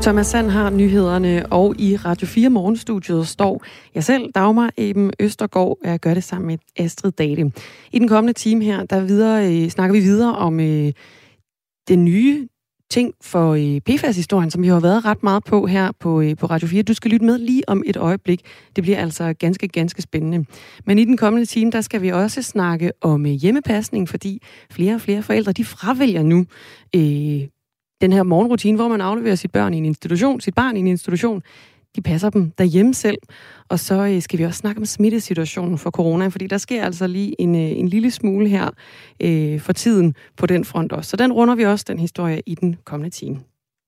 Thomas Sand har nyhederne, og i Radio 4 Morgenstudiet står jeg selv, Dagmar Eben Østergaard, og jeg gør det sammen med Astrid Date. I den kommende time her, snakker vi videre om den nye ting for PFAS-historien, som vi har været ret meget på her på Radio 4. Du skal lytte med lige om et øjeblik. Det bliver altså ganske, ganske spændende. Men i den kommende time, der skal vi også snakke om hjemmepasning, fordi flere og flere forældre, de fravælger nu den her morgenrutine, hvor man afleverer sit barn i en institution. De passer dem derhjemme selv. Og så skal vi også snakke om smittesituationen for corona, fordi der sker altså lige en lille smule her for tiden på den front også. Så den runder vi også, den historie, i den kommende time.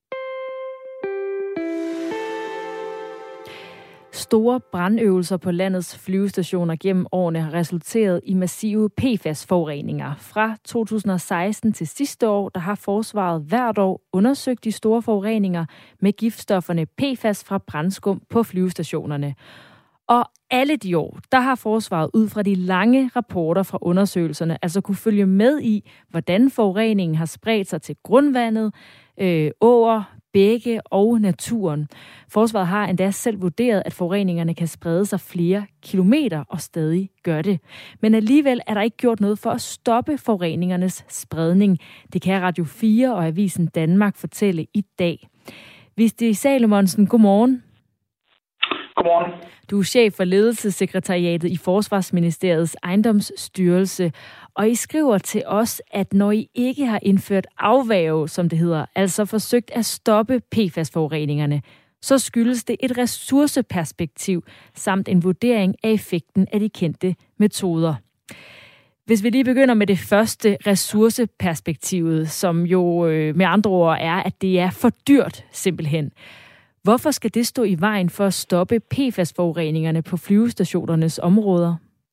Store brandøvelser på landets flyvestationer gennem årene har resulteret i massive PFAS-forureninger. Fra 2016 til sidste år, der har forsvaret hvert år undersøgt de store forureninger med giftstofferne PFAS fra brandskum på flyvestationerne. Og alle de år, der har forsvaret ud fra de lange rapporter fra undersøgelserne, altså kunne følge med i, hvordan forureningen har spredt sig til grundvandet, åer, bække og naturen. Forsvaret har endda selv vurderet, at forureningerne kan sprede sig flere kilometer og stadig gør det. Men alligevel er der ikke gjort noget for at stoppe forureningernes spredning. Det kan Radio 4 og Avisen Danmark fortælle i dag. Vistli Salomonsen, godmorgen. Godmorgen. Du er chef for ledelsessekretariatet i Forsvarsministeriets ejendomsstyrelse, og I skriver til os, at når I ikke har indført afværge, som det hedder, altså forsøgt at stoppe PFAS-forureningerne, så skyldes det et ressourceperspektiv samt en vurdering af effekten af de kendte metoder. Hvis vi lige begynder med det første, ressourceperspektivet, som jo med andre ord er, at det er for dyrt simpelthen. Hvorfor skal det stå i vejen for at stoppe PFAS-forureningerne på flyvestationernes områder?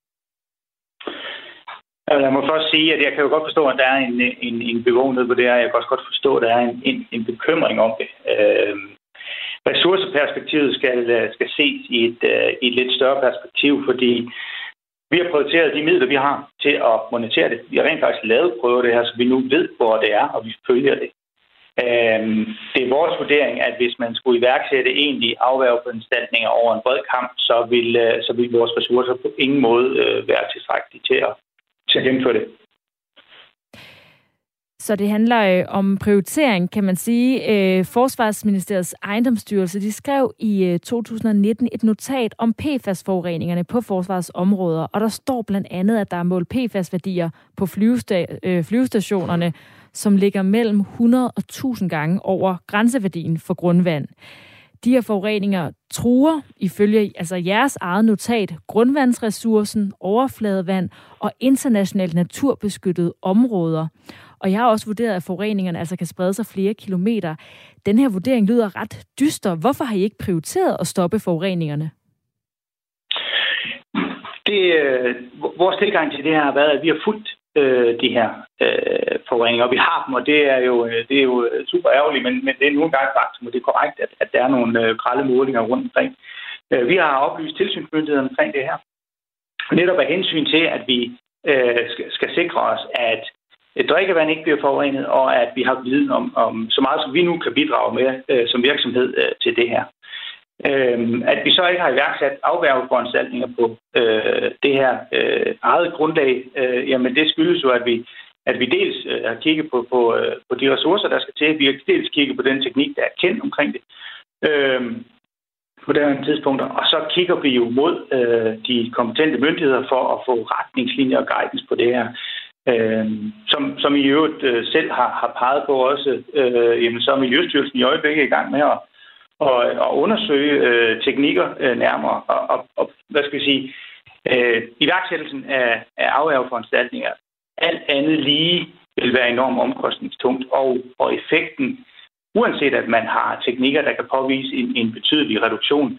Jeg må først sige, at jeg kan jo godt forstå, at der er en bevågenhed på det her. Jeg kan også godt forstå, at der er en bekymring om det. Ressourceperspektivet skal ses i et lidt større perspektiv, fordi vi har prioriteret de midler, vi har til at monitorere det. Vi har rent faktisk lavet prøver det her, så vi nu ved, hvor det er, og vi følger det. Det er vores vurdering, at hvis man skulle iværksætte egentlige afværgeforanstaltninger over en bred kamp, så vil vores ressourcer på ingen måde være tilstrækkelige til at gennemføre det. Så det handler om prioritering, kan man sige. Forsvarsministeriets ejendomsstyrelse, de skrev i 2019 et notat om PFAS-forureningerne på forsvarets områder, og der står blandt andet, at der er målt PFAS-værdier på flyvestationerne, som ligger mellem 100 og 1000 gange over grænseværdien for grundvand. De her forureninger truer, ifølge jeres eget notat, grundvandsressourcen, overfladevand og internationalt naturbeskyttede områder. Og jeg har også vurderet, at forureningerne kan sprede sig flere kilometer. Den her vurdering lyder ret dyster. Hvorfor har I ikke prioriteret at stoppe forureningerne? Vores tilgang til det her har været, at vi har fulgt de her forureninger, og vi har dem, og det er jo super ærgerligt, men det er nu engang faktum, og det er korrekt, at der er nogle grelle målinger rundt omkring. Vi har oplyst tilsynsmyndighederne omkring det her, netop af hensyn til, at vi skal sikre os, at drikkevand ikke bliver forurenet, og at vi har viden om så meget, som vi nu kan bidrage med som virksomhed til det her. At vi så ikke har iværksat afværgeforanstaltninger på det her eget grundlag, jamen det skyldes jo, at vi dels har kigget på de ressourcer, der skal til. Vi har dels kigget på den teknik, der er kendt omkring det på det tidspunkter. Og så kigger vi jo mod de kompetente myndigheder for at få retningslinjer og guidance på det her. Som i øvrigt selv har peget på også, jamen så er Miljøstyrelsen i øjeblikket i gang med at undersøge teknikker nærmere. Og hvad skal vi sige, iværksættelsen af afværgeforanstaltninger, alt andet lige vil være enormt omkostningstungt, og effekten, uanset at man har teknikker, der kan påvise en betydelig reduktion,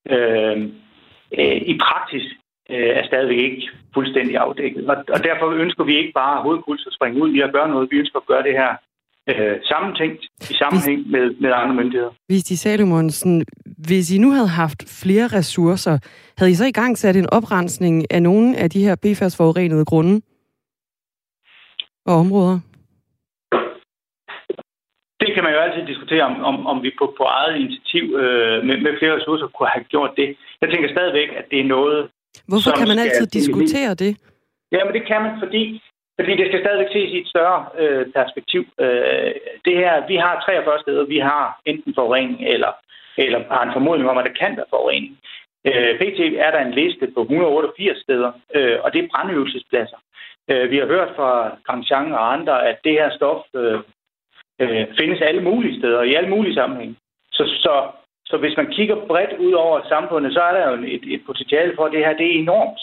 i praksis er stadigvæk ikke fuldstændig afdækket. Og derfor ønsker vi ikke bare hovedpuls at springe ud i at gøre noget. Vi ønsker at gøre det her sammentænkt i sammenhæng med andre myndigheder. Vistli Salomonsen, hvis I nu havde haft flere ressourcer, havde I så i gang sat en oprensning af nogle af de her PFAS-forurenede grunde og områder? Det kan man jo altid diskutere, om vi på eget initiativ med flere ressourcer kunne have gjort det. Jeg tænker stadigvæk, at det er noget... Hvorfor kan man altid diskutere det? Ja, men det kan man, fordi det skal stadigvæk ses i et større perspektiv. Det her, vi har 43 steder, vi har enten forurening eller har en formodning om, at der kan være forurening. PT er der en liste på 188 steder, og det er brandøvelsespladser. Vi har hørt fra Grandjean og andre, at det her stof findes alle mulige steder, i alle mulige sammenhænge. Så hvis man kigger bredt ud over samfundet, så er der jo et potentiale for, at det her det er enormt.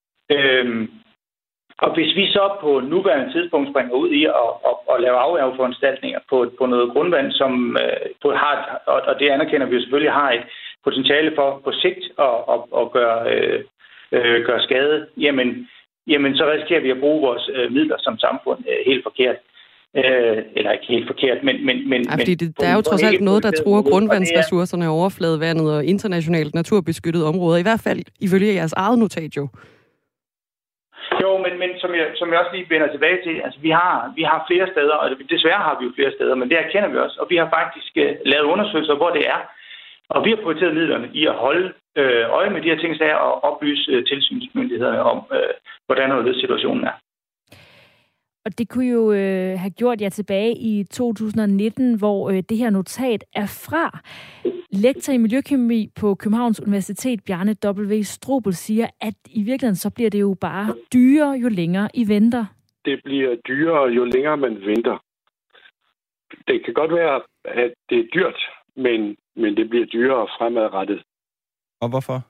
Og hvis vi så på nuværende tidspunkt springer ud i at lave afværgeforanstaltninger på noget grundvand, som har, og det anerkender vi jo selvfølgelig, har et potentiale for på sigt at gøre skade, jamen så risikerer vi at bruge vores midler som samfund helt forkert. Eller ikke helt forkert, men... fordi der er jo trods alt noget, der truer grundvandsressourcerne, overfladevandet og internationalt naturbeskyttede områder, i hvert fald ifølge jeres eget notat jo. Jo, men som jeg også lige vender tilbage til, altså vi har flere steder, og desværre har vi jo flere steder, men det erkender vi også, og vi har faktisk lavet undersøgelser, hvor det er, og vi har prioriteret midlerne i at holde øje med de her ting, og oplyse tilsynsmyndighederne om, hvordan og situationen er. Og det kunne jo have gjort jer tilbage i 2019, hvor det her notat er fra. Lektor i miljøkemi på Københavns Universitet, Bjarne W. Strobel, siger, at i virkeligheden så bliver det jo bare dyrere, jo længere I venter. Det bliver dyrere, jo længere man venter. Det kan godt være, at det er dyrt, men det bliver dyrere fremadrettet. Og hvorfor?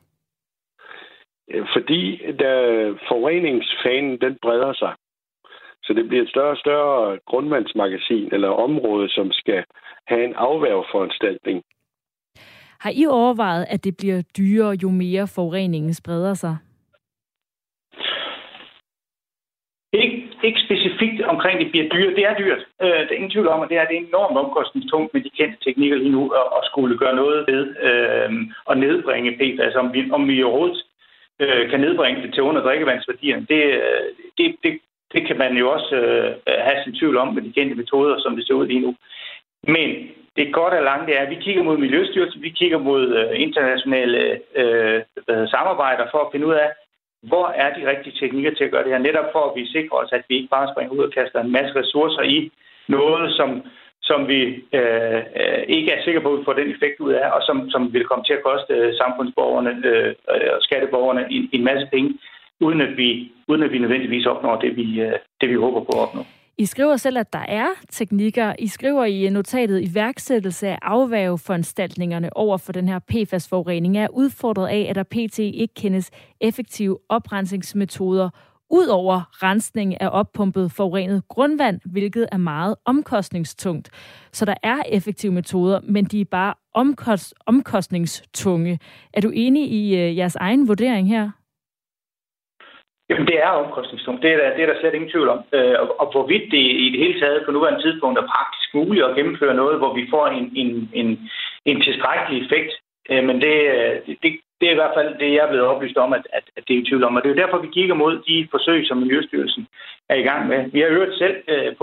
Fordi forureningsfanen, den breder sig. Så det bliver et større og større grundvandsmagasin eller område, som skal have en afværgeforanstaltning. Har I overvejet, at det bliver dyrere, jo mere forureningen spreder sig? Ikke specifikt omkring, det bliver dyrt. Det er dyrt. Der er ingen tvivl om, at det er enormt omkostningstungt med de kendte teknikker lige nu, at skulle gøre noget ved at nedbringe PFAS. Om vi overhovedet kan nedbringe det til under drikkevandsværdierne, det kan man jo også have sin tvivl om med de kendte metoder, som det ser ud lige nu. Men det godt og langt er, at vi kigger mod Miljøstyrelsen, vi kigger mod internationale samarbejder for at finde ud af, hvor er de rigtige teknikker til at gøre det her. Netop for at vi sikrer os, at vi ikke bare springer ud og kaster en masse ressourcer i noget, som vi ikke er sikre på, at vi får den effekt ud af, og som vil komme til at koste samfundsborgerne og skatteborgerne en masse penge, uden at vi nødvendigvis opnår det vi håber på at opnå. I skriver selv, at der er teknikker. I skriver i notatet, iværksættelse af afværgeforanstaltningerne over for den her PFAS-forurening er udfordret af, at der pt. Ikke kendes effektive oprensningsmetoder ud over rensning af oppumpet forurenet grundvand, hvilket er meget omkostningstungt. Så der er effektive metoder, men de er bare omkostningstunge. Er du enig i jeres egen vurdering her? Jamen, det er omkostningstungt. Det er der slet ingen tvivl om. Og hvorvidt det i det hele taget på nuværende tidspunkt er praktisk muligt at gennemføre noget, hvor vi får en tilstrækkelig effekt. Men det er i hvert fald det, jeg er blevet oplyst om, at det er i tvivl om. Og det er jo derfor, vi kigger mod de forsøg, som Miljøstyrelsen er i gang med. Vi har hørt selv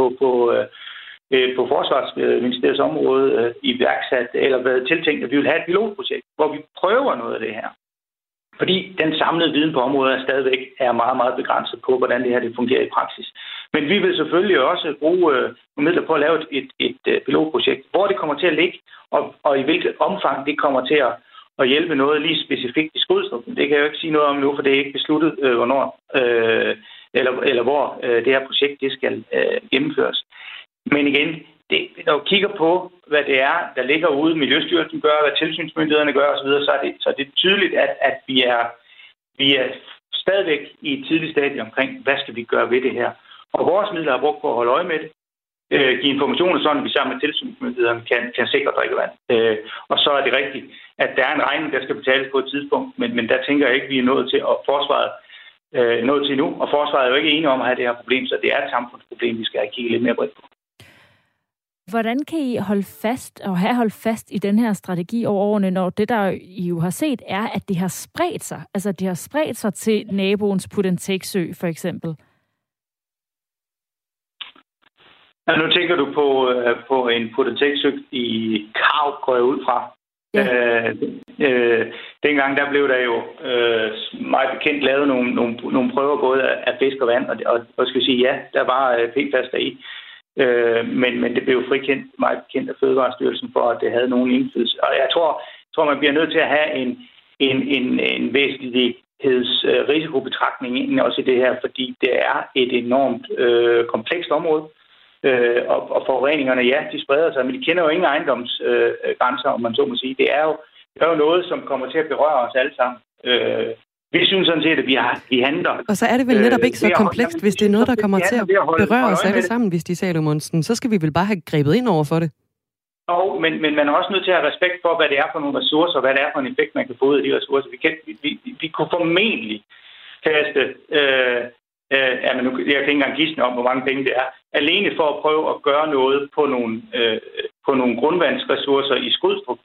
på Forsvarsministeriets område iværksat eller været tiltænkt, at vi vil have et pilotprojekt, hvor vi prøver noget af det her. Fordi den samlede viden på området stadigvæk er meget, meget begrænset på, hvordan det her det fungerer i praksis. Men vi vil selvfølgelig også bruge midler på at lave et pilotprojekt, hvor det kommer til at ligge, og i hvilket omfang det kommer til at hjælpe noget lige specifikt i Skrydstrup. Det kan jeg jo ikke sige noget om nu, for det er ikke besluttet, hvornår eller hvor det her projekt det skal gennemføres. Men igen, når vi kigger på, hvad det er, der ligger ude, Miljøstyrelsen gør, hvad tilsynsmyndighederne gør osv., så er det tydeligt, at vi er stadigvæk i et tidligt stadie omkring, hvad skal vi gøre ved det her. Og vores midler er brugt på at holde øje med det, give informationer, sådan at vi sammen med tilsynsmyndighederne kan sikre drikkevand. Og så er det rigtigt, at der er en regning, der skal betales på et tidspunkt, men der tænker jeg ikke, vi er nået til at forsvaret nået til nu. Og forsvaret er jo ikke enige om at have det her problem, så det er et samfundsproblem, vi skal have kigget lidt mere bredt på. Hvordan kan I holde fast i den her strategi over årene, når det, der I jo har set, er, at det har spredt sig? Altså, det har spredt sig til naboens Put-en-Take-sø, for eksempel. Ja, nu tænker du på en fototeksygt i Karup, går jeg ud fra. Ja. Dengang der blev der jo meget bekendt lavet nogle prøver både af fisk og vand, og skal sige, ja, der var PFAS deri. Men det blev frikendt, meget bekendt af Fødevarestyrelsen for, at det havde nogen indflydelse. Og jeg tror man bliver nødt til at have en væsentlighedsrisikobetragtning ind også i det her, fordi det er et enormt komplekst område. Og forureningerne, ja, de spreder sig, men de kender jo ingen ejendomsgrænser, om man så må sige. Det er jo noget, som kommer til at berøre os alle sammen. Vi synes sådan set, at vi handler. Og så er det vel netop ikke så komplekst, hvis det er noget, der kommer til at berøre os alle sammen, hvis de sagde Monsen. Så skal vi vel bare have grebet ind over for det. Men man er også nødt til at have respekt for, hvad det er for nogle ressourcer, hvad det er for en effekt, man kan få ud af de ressourcer. Vi kunne formentlig kaste... jeg kan ikke engang gisne om, hvor mange penge det er. Alene for at prøve at gøre noget på nogle grundvandsressourcer i Skrydstrup,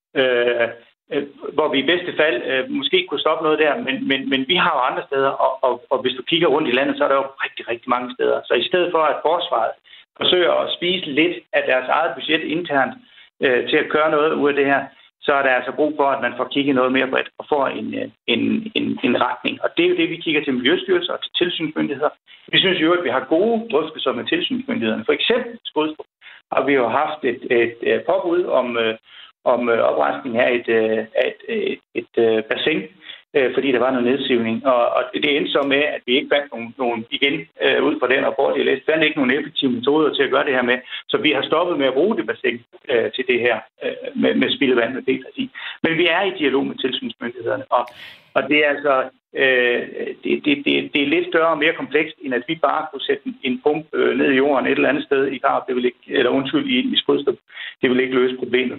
hvor vi i bedste fald måske kunne stoppe noget der, men vi har jo andre steder, og hvis du kigger rundt i landet, så er der jo rigtig, rigtig mange steder. Så i stedet for, at forsvaret forsøger at spise lidt af deres eget budget internt til at gøre noget ud af det her, så er der altså brug for, at man får kigget noget mere bredt og får en retning. Og det er jo det, vi kigger til Miljøstyrelser og til tilsynsmyndigheder. Vi synes jo, at vi har gode drøftelser med tilsynsmyndighederne. For eksempel Skrydstrup har vi jo haft et påbud om oprensning af et bassin, fordi der var noget nedsivning. Og det endte så med, at vi ikke fandt nogen igen ud fra den rapport, jeg læste, fandt ikke nogen effektive metoder til at gøre det her med. Så vi har stoppet med at bruge det bassin til det her med spildevand med PFAS i. Men vi er i dialog med tilsynsmyndighederne, og det er altså det er lidt større og mere komplekst, end at vi bare kunne sætte en pump ned i jorden et eller andet sted i Karup, det vil ikke, eller undskyld, i Skrydstrup. Det vil ikke løse problemet.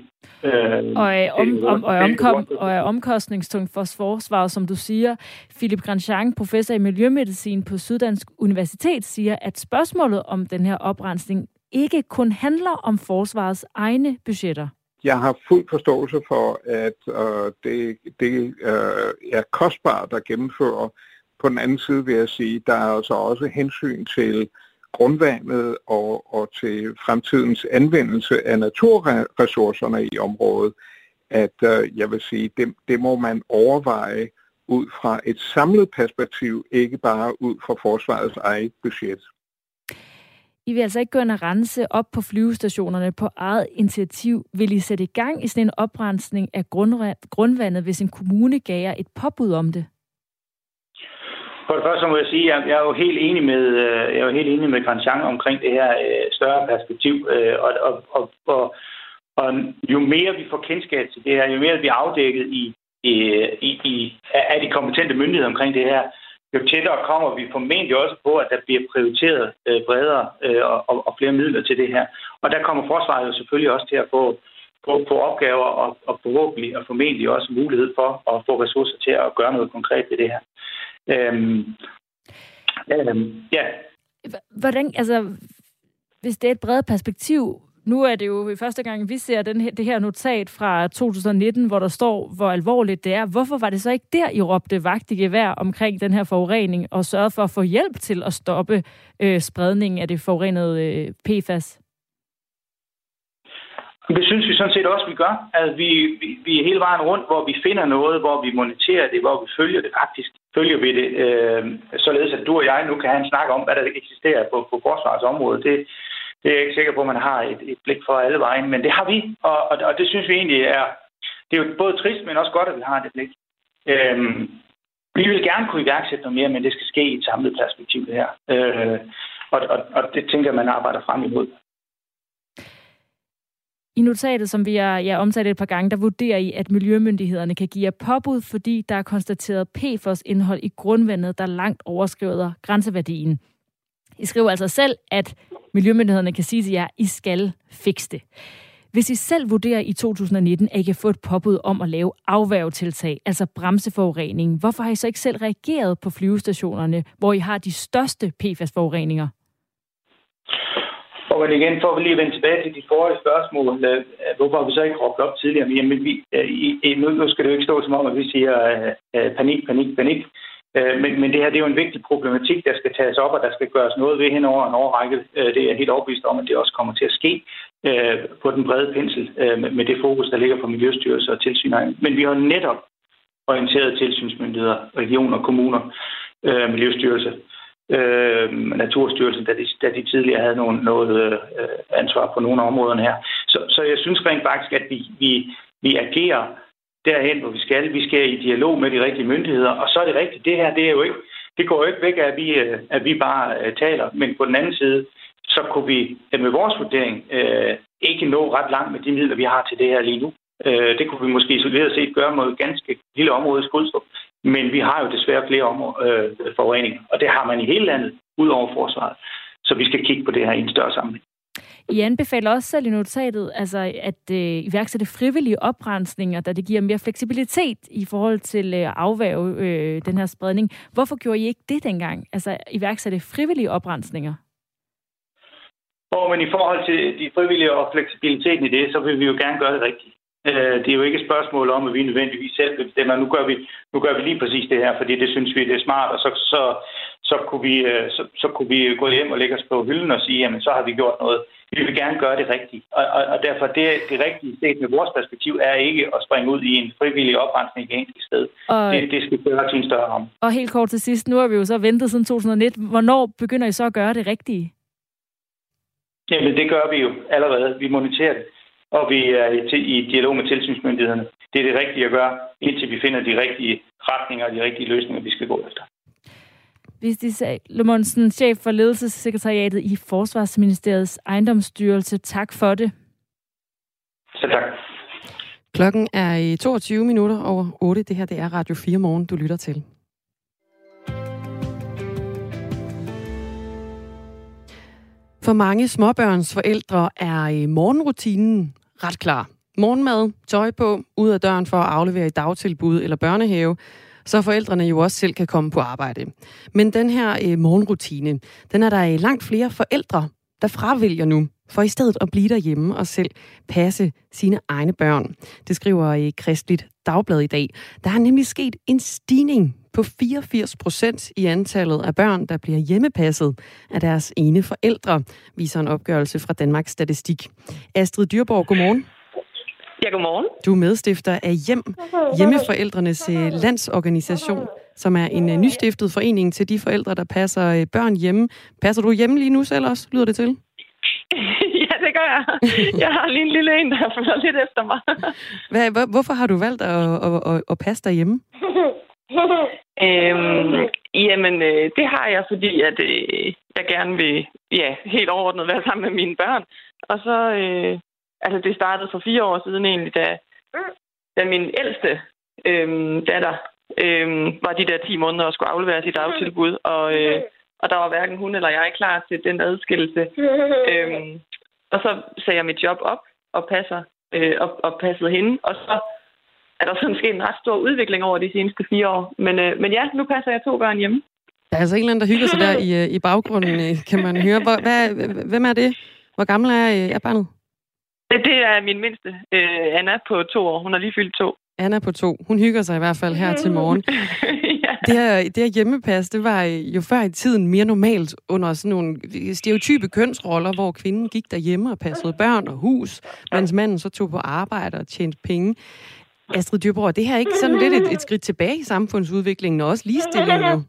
Og er omkostningstungt for forsvaret, som du siger. Philip Grandjean, professor i miljømedicin på Syddansk Universitet, siger, at spørgsmålet om den her oprensning ikke kun handler om forsvarets egne budgetter. Jeg har fuld forståelse for, at det er kostbart at gennemføre. På den anden side vil jeg sige, der er altså også hensyn til grundvandet og til fremtidens anvendelse af naturressourcerne i området, at jeg vil sige, det må man overveje ud fra et samlet perspektiv, ikke bare ud fra forsvarets eget budget. I vil altså ikke gå ind og rense op på flyvestationerne på eget initiativ. Vil I sætte i gang i sådan en oprensning af grundvandet, hvis en kommune gav jer et påbud om det? For det første må jeg sige, at jeg er jo helt enig med Grandjean omkring det her større perspektiv. Og jo mere vi får kendskab til det her, jo mere vi er afdækket af de kompetente myndigheder omkring det her, jo tættere kommer vi formentlig også på, at der bliver prioriteret bredere og flere midler til det her. Og der kommer forsvaret jo selvfølgelig også til at få opgaver og forhåbentlig og formentlig også mulighed for at få ressourcer til at gøre noget konkret ved det her. Ja. Hvordan, altså, hvis det er et bredt perspektiv, nu er det jo første gang, vi ser det her notat fra 2019, hvor der står, hvor alvorligt det er. Hvorfor var det så ikke der, I råbte vagt i gevær omkring den her forurening, og sørgede for at få hjælp til at stoppe spredningen af det forurenede PFAS? Det synes vi sådan set også, vi gør. Altså, vi er hele vejen rundt, hvor vi finder noget, hvor vi moniterer det, hvor vi følger det. Faktisk følger vi det, således at du og jeg nu kan have en snak om, hvad der eksisterer på forsvarets område. Det er jeg ikke sikker på, at man har et blik for alle vejen, men det har vi, og det synes vi egentlig det er jo både trist, men også godt, at vi har det blik. Vi vil gerne kunne iværksætte noget mere, men det skal ske i et samlet perspektiv, det her. Og det tænker jeg, man arbejder frem imod. I notatet, som vi har omtalt et par gange, der vurderer I, at miljømyndighederne kan give jer påbud, fordi der er konstateret PFOS-indhold i grundvandet, der langt overskrider grænseværdien. I skriver altså selv, at miljømyndighederne kan sige til jer, I skal fikse det. Hvis I selv vurderer i 2019, at I kan få et påbud om at lave afværgetiltag, altså bremseforurening, hvorfor har I så ikke selv reageret på flyvestationerne, hvor I har de største PFAS-forureninger? Og igen, for at lige vende tilbage til de forrige spørgsmål, hvorfor har vi så ikke råbt op tidligere? Jamen, nu skal det jo ikke stå som om, at vi siger panik. Men det her, det er jo en vigtig problematik, der skal tages op, og der skal gøres noget ved hen over en årrække. Det er jeg helt overbevist om, at det også kommer til at ske på den brede pensel med det fokus, der ligger på Miljøstyrelse og tilsyn. Men vi har netop orienteret tilsynsmyndigheder, regioner, kommuner, Miljøstyrelse, Naturstyrelsen, da de tidligere havde noget ansvar på nogle af områderne her. Så jeg synes rent faktisk, at vi agerer derhen, hvor vi skal. Vi skal i dialog med de rigtige myndigheder, og så er det rigtigt. Det her, det går jo ikke væk af, at vi bare taler. Men på den anden side, så kunne vi med vores vurdering ikke nå ret langt med de midler, vi har til det her lige nu. Det kunne vi måske isoleret set gøre med et ganske lille område i Skrydstrup. Men vi har jo desværre flere forureninger, og det har man i hele landet, ud over forsvaret. Så vi skal kigge på det her i en større sammenhæng. I anbefaler også selv i notatet, altså at iværksætte frivillige oprensninger, da det giver mere fleksibilitet i forhold til at afværge den her spredning. Hvorfor gjorde I ikke det dengang? Altså iværksætte frivillige oprensninger? Men i forhold til de frivillige og fleksibiliteten i det, så vil vi jo gerne gøre det rigtigt. Det er jo ikke et spørgsmål om, at vi nødvendigvis selv vil bestemme. Nu gør vi lige præcis det her, fordi det synes vi, det er smart, og så kunne vi gå hjem og lægge os på hylden og sige, jamen så har vi gjort noget. Vi vil gerne gøre det rigtigt. Og derfor det rigtige set med vores perspektiv er ikke at springe ud i en frivillig oprensning i et enkelt sted. Det skal gøre til en større ramme. Og helt kort til sidst, nu har vi jo så ventet siden 2019. Hvornår begynder I så at gøre det rigtige? Jamen det gør vi jo allerede. Vi moniterer det. Og vi er i dialog med tilsynsmyndighederne. Det er det rigtige at gøre, indtil vi finder de rigtige retninger og de rigtige løsninger, vi skal gå efter. Vigdis Lomonsen, chef for ledelsessekretariatet i Forsvarsministeriets ejendomsstyrelse. Tak for det. Så tak. Klokken er 22 minutter over 8. Det her det er Radio 4 Morgen, du lytter til. For mange småbørnsforældre er morgenrutinen ret klar. Morgenmad, tøj på, ud af døren for at aflevere i dagtilbud eller børnehave, så forældrene jo også selv kan komme på arbejde. Men den her morgenrutine, den er der langt flere forældre, der fravælger nu, for i stedet at blive derhjemme og selv passe sine egne børn. Det skriver i Kristeligt Dagblad i dag. Der har nemlig sket en stigning på 84% i antallet af børn, der bliver hjemmepasset af deres ene forældre, viser en opgørelse fra Danmarks Statistik. Astrid Dyrborg, godmorgen. Ja, godmorgen. Du er medstifter af Hjemmeforældrenes Landsorganisation, som er en nystiftet forening til de forældre, der passer børn hjemme. Passer du hjemme lige nu selv også, lyder det til? Ja, det gør jeg. Jeg har lige en lille en, der følger lidt efter mig. Hvorfor har du valgt at passe dig hjemme? Jamen, det har jeg, fordi at jeg gerne vil helt overordnet være sammen med mine børn. Og så, det startede for 4 år siden egentlig, da min ældste datter var de der 10 måneder og skulle afleveres i dagtilbud. Og der var hverken hun eller jeg klar til den adskillelse. Og så sagde jeg mit job op og passede hende. Og så er der sådan sket en ret stor udvikling over de seneste 4 år. Men ja, nu passer jeg 2 børn hjemme. Der er altså en eller anden, der hygger sig der i baggrunden, kan man høre. Hvem er det? Hvor gammel er barnet? Det er min mindste, Anna på 2 år. Hun har lige fyldt 2. Anna på 2. Hun hygger sig i hvert fald her til morgen. Ja. Det her hjemmepas, det var jo før i tiden mere normalt under sådan nogle stereotype kønsroller, hvor kvinden gik derhjemme og passede børn og hus, mens manden så tog på arbejde og tjente penge. Astrid Dyrborg, det her er ikke sådan lidt et skridt tilbage i samfundsudviklingen og også ligestillingen jo?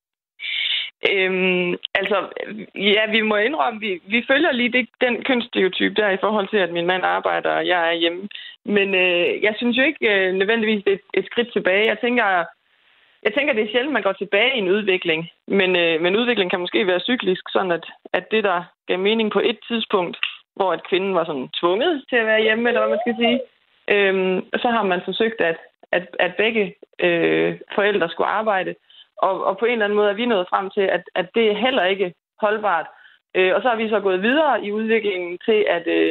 Vi må indrømme, vi følger lige den kønsstereotyp der i forhold til, at min mand arbejder, og jeg er hjemme. Men jeg synes jo ikke nødvendigvis, det er et skridt tilbage. Jeg tænker, det er sjældent, man går tilbage i en udvikling. Men udviklingen kan måske være cyklisk, sådan at det, der gav mening på et tidspunkt, hvor at kvinden var sådan tvunget til at være hjemme, eller hvad man skal sige, så har man forsøgt, at begge forældre skulle arbejde. Og på en eller anden måde er vi nået frem til, at det er heller ikke holdbart. Og så har vi så gået videre i udviklingen til,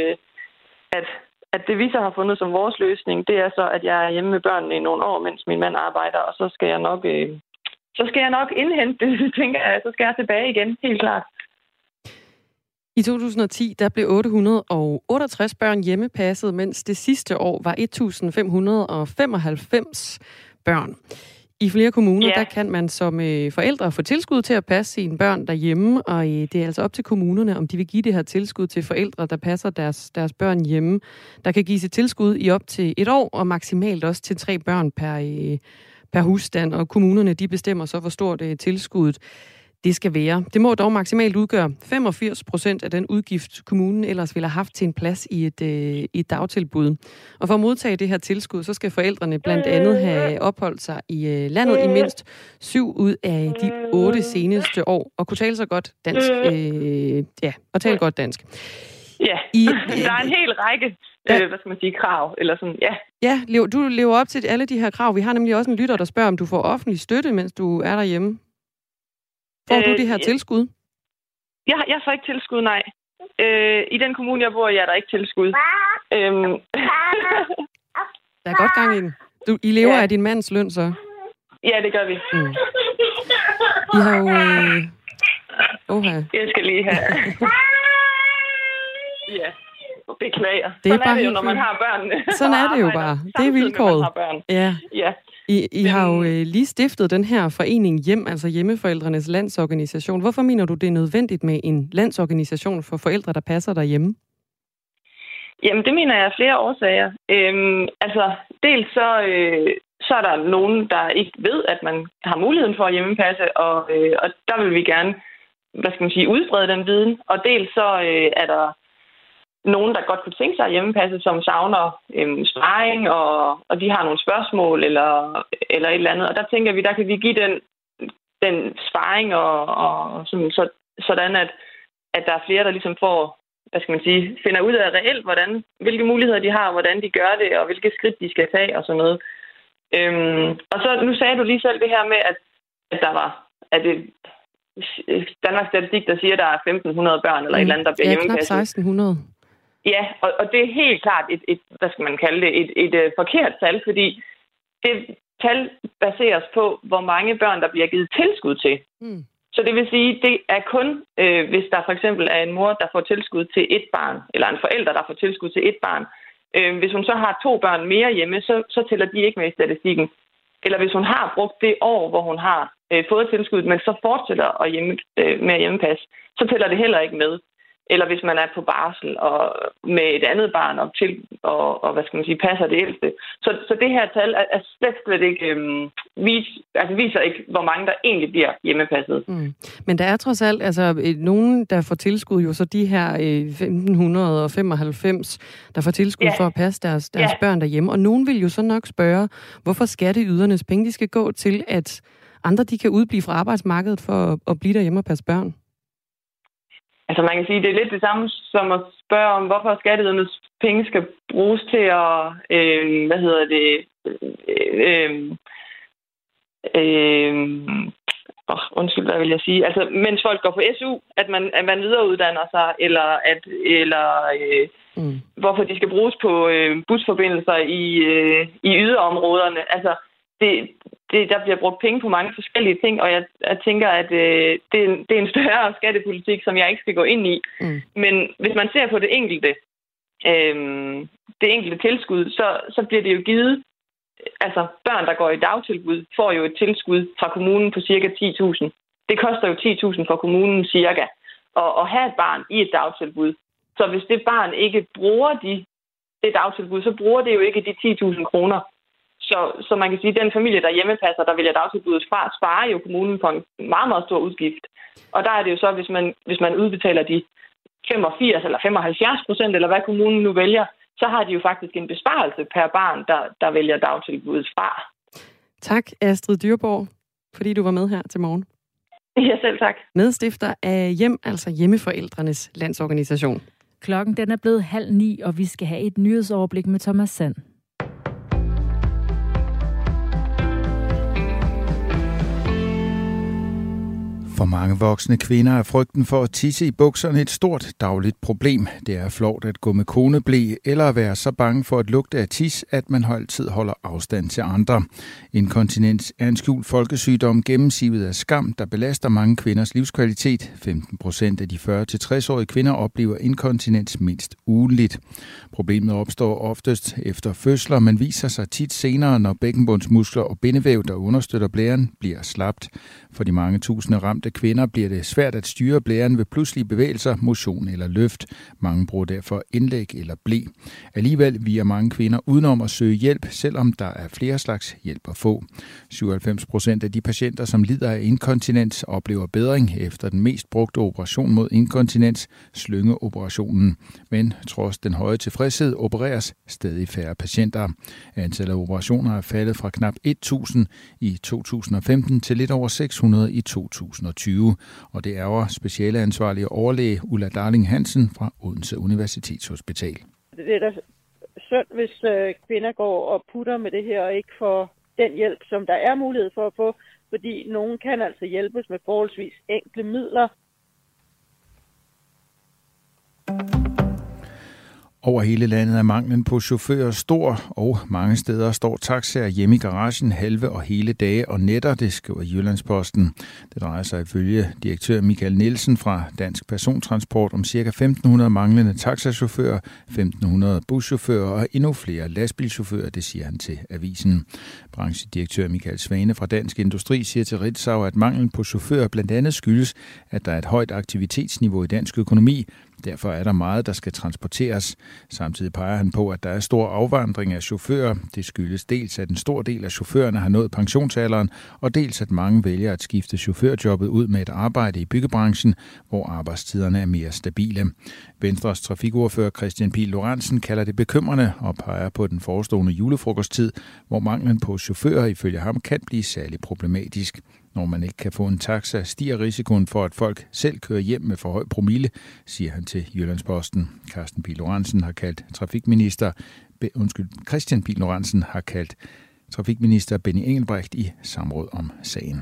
at det vi så har fundet som vores løsning, det er så, at jeg er hjemme med børnene i nogle år, mens min mand arbejder, og så skal jeg nok indhente det, tænker jeg. Så skal jeg tilbage igen, helt klart. I 2010 der blev 868 børn hjemmepasset, mens det sidste år var 1595 børn. I flere kommuner, der kan man som forældre få tilskud til at passe sine børn derhjemme, og det er altså op til kommunerne, om de vil give det her tilskud til forældre, der passer deres børn hjemme. Der kan gives et tilskud i op til 1 år, og maksimalt også til 3 børn per husstand, og kommunerne de bestemmer så, hvor stort tilskuddet det skal være. Det må dog maksimalt udgøre 85% af den udgift, kommunen ellers ville have haft til en plads i et dagtilbud. Og for at modtage det her tilskud, så skal forældrene blandt andet have opholdt sig i landet i mindst 7 ud af de 8 seneste år, og kunne tale så godt dansk. Og tale godt dansk. Ja, der er en hel række krav, eller sådan, Ja, du lever op til alle de her krav. Vi har nemlig også en lytter, der spørger, om du får offentlig støtte, mens du er derhjemme. Får du det her tilskud? Jeg får ikke tilskud, nej. I den kommune, jeg bor i, er der ikke tilskud. Der er godt gang i den. I lever af din mands løn, så? Ja, det gør vi. I har jo... Jeg skal lige have... Ja, beklager. Sådan er det jo, når man har børnene. Sådan er det jo bare. Det er vilkåret. Ja. I har jo lige stiftet den her forening Hjem, altså Hjemmeforældrenes Landsorganisation. Hvorfor mener du, det er nødvendigt med en landsorganisation for forældre, der passer derhjemme? Jamen, det mener jeg af flere årsager. Dels så er der nogen, der ikke ved, at man har muligheden for at hjemmepasse, og der vil vi gerne, udbrede den viden. Og dels så er der nogen, der godt kunne tænke sig at hjemmepasse, som savner sparring, og de har nogle spørgsmål eller et eller andet. Og der tænker vi, der kan vi give den sparring, og sådan at der er flere, der ligesom får, finder ud af reelt, hvilke muligheder de har, hvordan de gør det, og hvilke skridt de skal tage, og sådan noget. Og så, nu sagde du lige selv det her med, at der var, Danmarks Statistik, der siger, at der er 1.500 børn, eller et eller andet, der bliver hjemmepasset. Ja, knap 1.600. Ja, og det er helt klart et forkert tal, fordi det tal baseres på, hvor mange børn, der bliver givet tilskud til. Så det vil sige, det er kun, hvis der for eksempel er en mor, der får tilskud til 1 barn, eller en forælder, der får tilskud til 1 barn. Hvis hun så har 2 børn mere hjemme, så tæller de ikke med i statistikken. Eller hvis hun har brugt det år, hvor hun har fået tilskud, men så fortsætter med at hjemmepasse, så tæller det heller ikke med. Eller hvis man er på barsel og med et andet barn og passer det ældste. Så det her tal er slet ikke viser ikke, hvor mange der egentlig bliver hjemmepasset. Men der er trods alt nogen, der får tilskud, jo så de her 1.595, der får tilskud for at passe deres børn derhjemme. Og nogen vil jo så nok spørge, hvorfor skatteydernes penge de skal gå til, at andre de kan udblive fra arbejdsmarkedet for at blive derhjemme og passe børn. Altså man kan sige, det er lidt det samme som at spørge om, hvorfor skatteydernes penge skal bruges til at, hvad vil jeg sige? Altså mens folk går på SU, at man videreuddanner sig, eller hvorfor de skal bruges på busforbindelser i yderområderne. Altså der bliver brugt penge på mange forskellige ting, og jeg tænker, at det er en større skattepolitik, som jeg ikke skal gå ind i. Men hvis man ser på det enkelte tilskud, så bliver det jo givet. Altså børn, der går i dagtilbud, får jo et tilskud fra kommunen på cirka 10.000. Det koster jo 10.000 for kommunen cirka at have et barn i et dagtilbud. Så hvis det barn ikke bruger det dagtilbud, så bruger det jo ikke de 10.000 kroner. Så man kan sige, at den familie, der hjemmepasser, der vælger dagtilbuddet fra, sparer jo kommunen for en meget, meget stor udgift. Og der er det jo så, hvis man udbetaler de 85 eller 75%, eller hvad kommunen nu vælger, så har de jo faktisk en besparelse per barn, der vælger dagtilbuddet fra. Tak, Astrid Dyrborg, fordi du var med her til morgen. Ja, selv tak. Medstifter af Hjem, altså Hjemmeforældrenes Landsorganisation. Klokken den er blevet 8:30, og vi skal have et nyhedsoverblik med Thomas Sand. For mange voksne kvinder er frygten for at tisse i bukserne et stort dagligt problem. Det er flovt at gå med koneble eller at være så bange for at lugte af tis, at man altid holder afstand til andre. Inkontinens er en skjult folkesygdom gennemsivet af skam, der belaster mange kvinders livskvalitet. 15% af de 40-60-årige kvinder oplever inkontinens mindst ugenligt. Problemet opstår oftest efter fødsler, men viser sig tit senere, når bækkenbundsmuskler og bindevæv, der understøtter blæren, bliver slapt. For de mange tusinde ramte kvinder bliver det svært at styre blæren ved pludselige bevægelser, motion eller løft. Mange bruger derfor indlæg eller ble. Alligevel viger mange kvinder udenom at søge hjælp, selvom der er flere slags hjælp at få. 97% af de patienter, som lider af inkontinens, oplever bedring efter den mest brugte operation mod inkontinens, slyngeoperationen. Men trods den høje tilfredshed opereres stadig færre patienter. Antallet af operationer er faldet fra knap 1.000 i 2015 til lidt over 600 i 2020. Og det ærger specialeansvarlige overlæge Ulla Darling Hansen fra Odense Universitetshospital. Det er da synd, hvis kvinder går og putter med det her og ikke får den hjælp, som der er mulighed for at få, fordi nogen kan altså hjælpes med forholdsvis enkle midler. Over hele landet er manglen på chauffører stor, og mange steder står taxaer hjemme i garagen halve og hele dage og nætter, det skriver Jyllandsposten. Det drejer sig ifølge direktør Michael Nielsen fra Dansk Persontransport om ca. 1.500 manglende taxachauffører, 1.500 buschauffører og endnu flere lastbilchauffører, det siger han til avisen. Branchedirektør Michael Svane fra Dansk Industri siger til Ritzau, at manglen på chauffører blandt andet skyldes, at der er et højt aktivitetsniveau i dansk økonomi. Derfor er der meget, der skal transporteres. Samtidig peger han på, at der er stor afvandring af chauffører. Det skyldes dels, at en stor del af chaufførerne har nået pensionsalderen, og dels, at mange vælger at skifte chaufførjobbet ud med et arbejde i byggebranchen, hvor arbejdstiderne er mere stabile. Venstres trafikordfører Christian Pihl Lorentzen kalder det bekymrende og peger på den forestående julefrokosttid, hvor manglen på chauffører ifølge ham kan blive særlig problematisk. Når man ikke kan få en taxa, stiger risikoen for, at folk selv kører hjem med for høj promille, siger han til Jyllandsposten. Christian Pihl Lorentzen har kaldt trafikminister Benny Engelbrecht i samråd om sagen.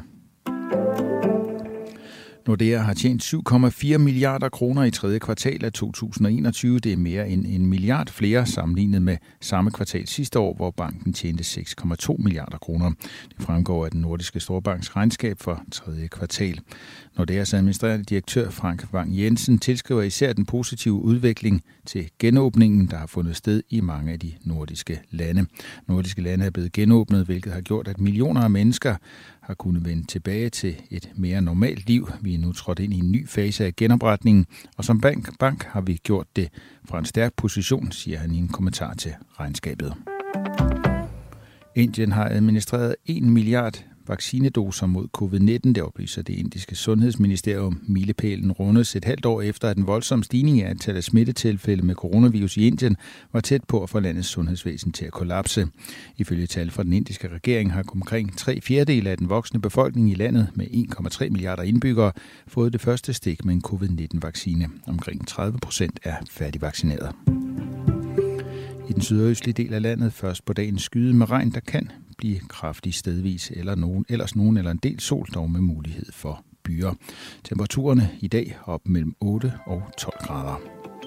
Nordea har tjent 7,4 milliarder kroner i tredje kvartal af 2021. Det er mere end 1 milliard flere sammenlignet med samme kvartal sidste år, hvor banken tjente 6,2 milliarder kroner. Det fremgår af den nordiske storbanks regnskab for tredje kvartal. Nordeas administrerende direktør Frank Vang Jensen tilskriver især den positive udvikling til genåbningen, der har fundet sted i mange af de nordiske lande. Nordiske lande er blevet genåbnet, hvilket har gjort, at millioner af mennesker har kunnet vende tilbage til et mere normalt liv. Vi er nu trådt ind i en ny fase af genopretningen, og som bank har vi gjort det fra en stærk position, siger han i en kommentar til regnskabet. Indien har administreret 1 milliard vaccinedoser mod covid-19, det oplyser det indiske sundhedsministerium. Milepælen rundes et halvt år efter, at en voldsom stigning i antallet af smittetilfælde med coronavirus i Indien var tæt på at få landets sundhedsvæsen til at kollapse. Ifølge tal fra den indiske regering har omkring 3/4 af den voksne befolkning i landet med 1,3 milliarder indbyggere fået det første stik med en covid-19-vaccine. Omkring 30% er færdigvaccineret. I den sydøstlige del af landet først på dagen skyde med regn, der kan blive kraftig stedvis ellers nogen eller en del sol, dog med mulighed for byer. Temperaturerne i dag op mellem 8 og 12 grader.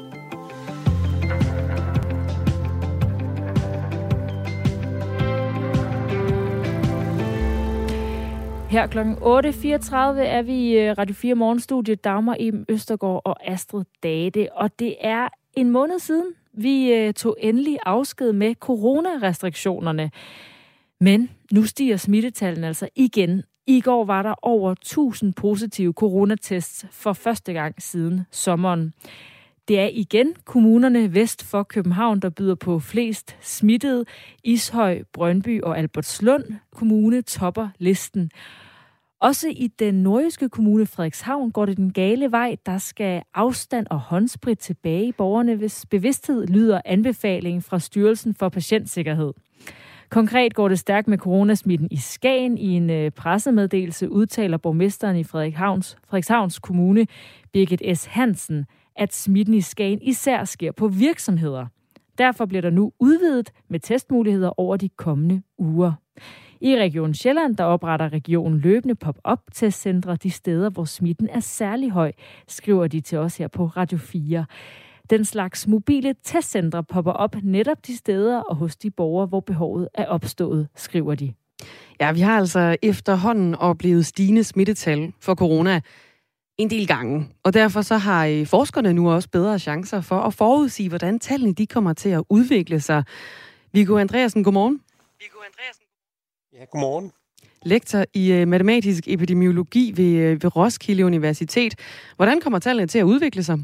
Her kl. 8.34 er vi i Radio 4 Morgenstudiet, Dagmar Eben Østergaard og Astrid Date. Og det er en måned siden, vi tog endelig afsked med coronarestriktionerne. Men nu stiger smittetallene altså igen. I går var der over 1000 positive coronatests for første gang siden sommeren. Det er igen kommunerne vest for København, der byder på flest smittede. Ishøj, Brøndby og Albertslund Kommune topper listen. Også i den nordjyske kommune Frederikshavn går det den gale vej. Der skal afstand og håndsprit tilbage i borgerne, hvis bevidsthed, lyder anbefalingen fra Styrelsen for Patientsikkerhed. Konkret går det stærkt med coronasmitten i Skagen. I en pressemeddelelse udtaler borgmesteren i Frederikshavns Kommune, Birgit S. Hansen, at smitten i Skagen især sker på virksomheder. Derfor bliver der nu udvidet med testmuligheder over de kommende uger. I Region Sjælland, der opretter regionen løbende pop-up-testcentre de steder, hvor smitten er særlig høj, skriver de til os her på Radio 4. Den slags mobile testcentre popper op netop de steder og hos de borgere, hvor behovet er opstået, skriver de. Ja, vi har altså efterhånden oplevet stigende smittetal for corona en del gange. Og derfor så har forskerne nu også bedre chancer for at forudsige, hvordan tallene de kommer til at udvikle sig. Viggo Andreasen, godmorgen. Ja, godmorgen. Lektor i matematisk epidemiologi ved Roskilde Universitet. Hvordan kommer tallene til at udvikle sig?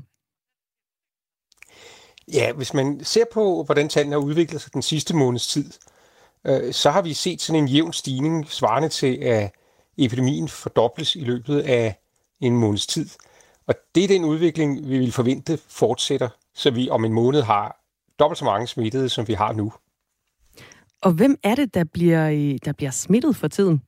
Ja, hvis man ser på, hvordan tallene har udviklet sig den sidste måneds tid, så har vi set sådan en jævn stigning, svarende til, at epidemien fordobles i løbet af en måneds tid. Og det er den udvikling, vi vil forvente fortsætter, så vi om en måned har dobbelt så mange smittede, som vi har nu. Og hvem er det, der bliver smittet for tiden?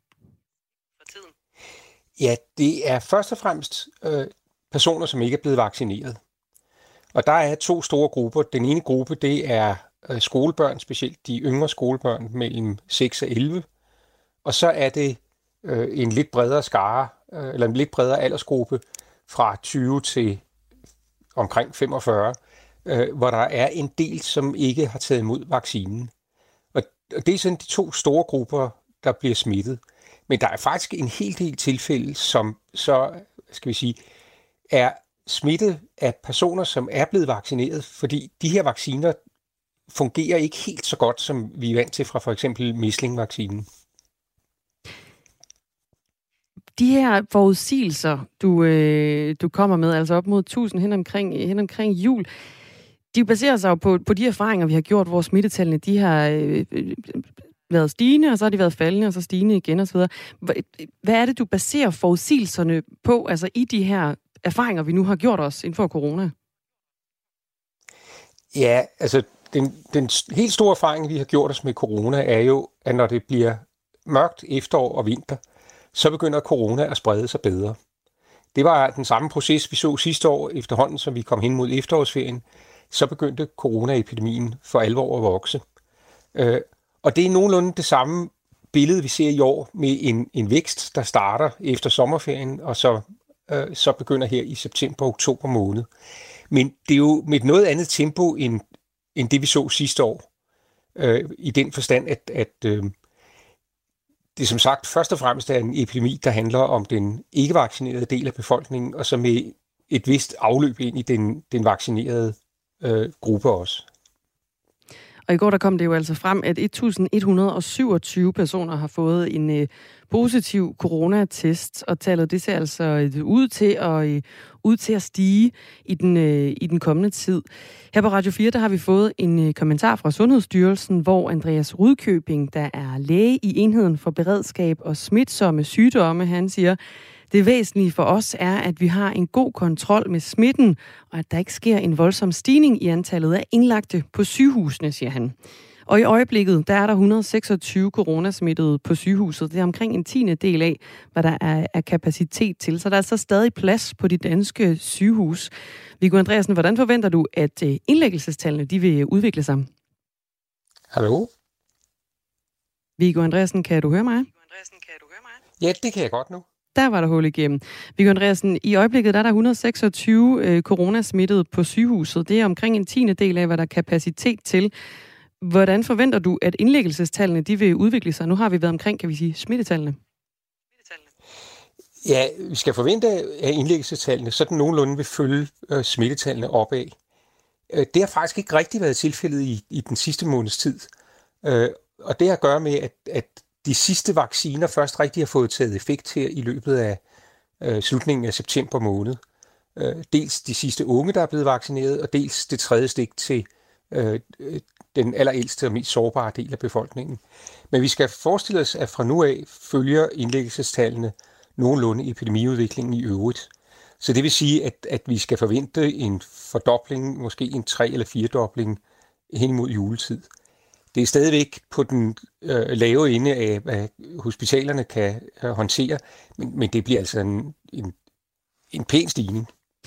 Ja, det er først og fremmest personer, som ikke er blevet vaccineret. Og der er to store grupper. Den ene gruppe, det er skolebørn, specielt de yngre skolebørn mellem 6 og 11. Og så er det en lidt bredere skare, eller en lidt bredere aldersgruppe fra 20 til omkring 45, hvor der er en del, som ikke har taget imod vaccinen. Og det er sådan de to store grupper, der bliver smittet. Men der er faktisk en hel del tilfælde, som så, skal vi sige, er smittet af personer, som er blevet vaccineret, fordi de her vacciner fungerer ikke helt så godt, som vi er vant til fra for eksempel Mæsling-vaccinen. De her forudsigelser, du kommer med, altså op mod 1000 hen omkring jul, de baserer sig jo på de erfaringer, vi har gjort, hvor smittetallene de har været stigende, og så har de været faldende, og så stigende igen osv. Hvad er det, du baserer forudsigelserne på, altså i de her erfaringer, vi nu har gjort os inden for corona? Ja, altså den helt store erfaring, vi har gjort os med corona, er jo, at når det bliver mørkt efterår og vinter, så begynder corona at sprede sig bedre. Det var den samme proces, vi så sidste år efterhånden, som vi kom hen mod efterårsferien. Så begyndte coronaepidemien for alvor at vokse. Og det er nogenlunde det samme billede, vi ser i år med en vækst, der starter efter sommerferien, og så begynder her i september-oktober måned. Men det er jo med et noget andet tempo, end det vi så sidste år. I den forstand, at det som sagt først og fremmest er en epidemi, der handler om den ikke-vaccinerede del af befolkningen, og så med et vist afløb ind i den vaccinerede gruppe også. Og i går der kom det jo altså frem, at 1127 personer har fået en positiv coronatest, og tallet det ser altså ud til at stige i den kommende tid. Her på Radio 4 der har vi fået en kommentar fra Sundhedsstyrelsen, hvor Andreas Rudkøbing, der er læge i enheden for beredskab og smitsomme sygdomme, han siger: det væsentlige for os er, at vi har en god kontrol med smitten, og at der ikke sker en voldsom stigning i antallet af indlagte på sygehusene, siger han. Og i øjeblikket, der er der 126 coronasmittede på sygehuset. Det er omkring en 10. af, hvad der er kapacitet til. Så der er så stadig plads på de danske sygehus. Viggo Andreasen, hvordan forventer du, at indlæggelsestallene de vil udvikle sig? Hallo? Viggo Andreasen, kan du høre mig? Ja, det kan jeg godt nu. Der var der hul igennem. Viggo Andreasen, i øjeblikket der er der 126 coronasmittede på sygehuset. Det er omkring en 10. af, hvad der er kapacitet til. Hvordan forventer du, at indlæggelsestallene de vil udvikle sig? Nu har vi været omkring, kan vi sige, smittetallene. Ja, vi skal forvente, at indlæggelsestallene sådan nogenlunde vil følge smittetallene opad. Det har faktisk ikke rigtig været tilfældet i den sidste måneds tid. Og det har at gøre med, at de sidste vacciner først rigtig har fået taget effekt her i løbet af slutningen af september måned. Dels de sidste unge, der er blevet vaccineret, og dels det tredje stik til den allerældste og mest sårbare del af befolkningen. Men vi skal forestille os, at fra nu af følger indlæggelsestallene nogenlunde epidemiudviklingen i øvrigt. Så det vil sige, at vi skal forvente en fordobling, måske en 3- eller 4-dobling hen imod juletid. Det er stadigvæk på den lave ende af, hvad hospitalerne kan håndtere, men det bliver altså en pæn stigning.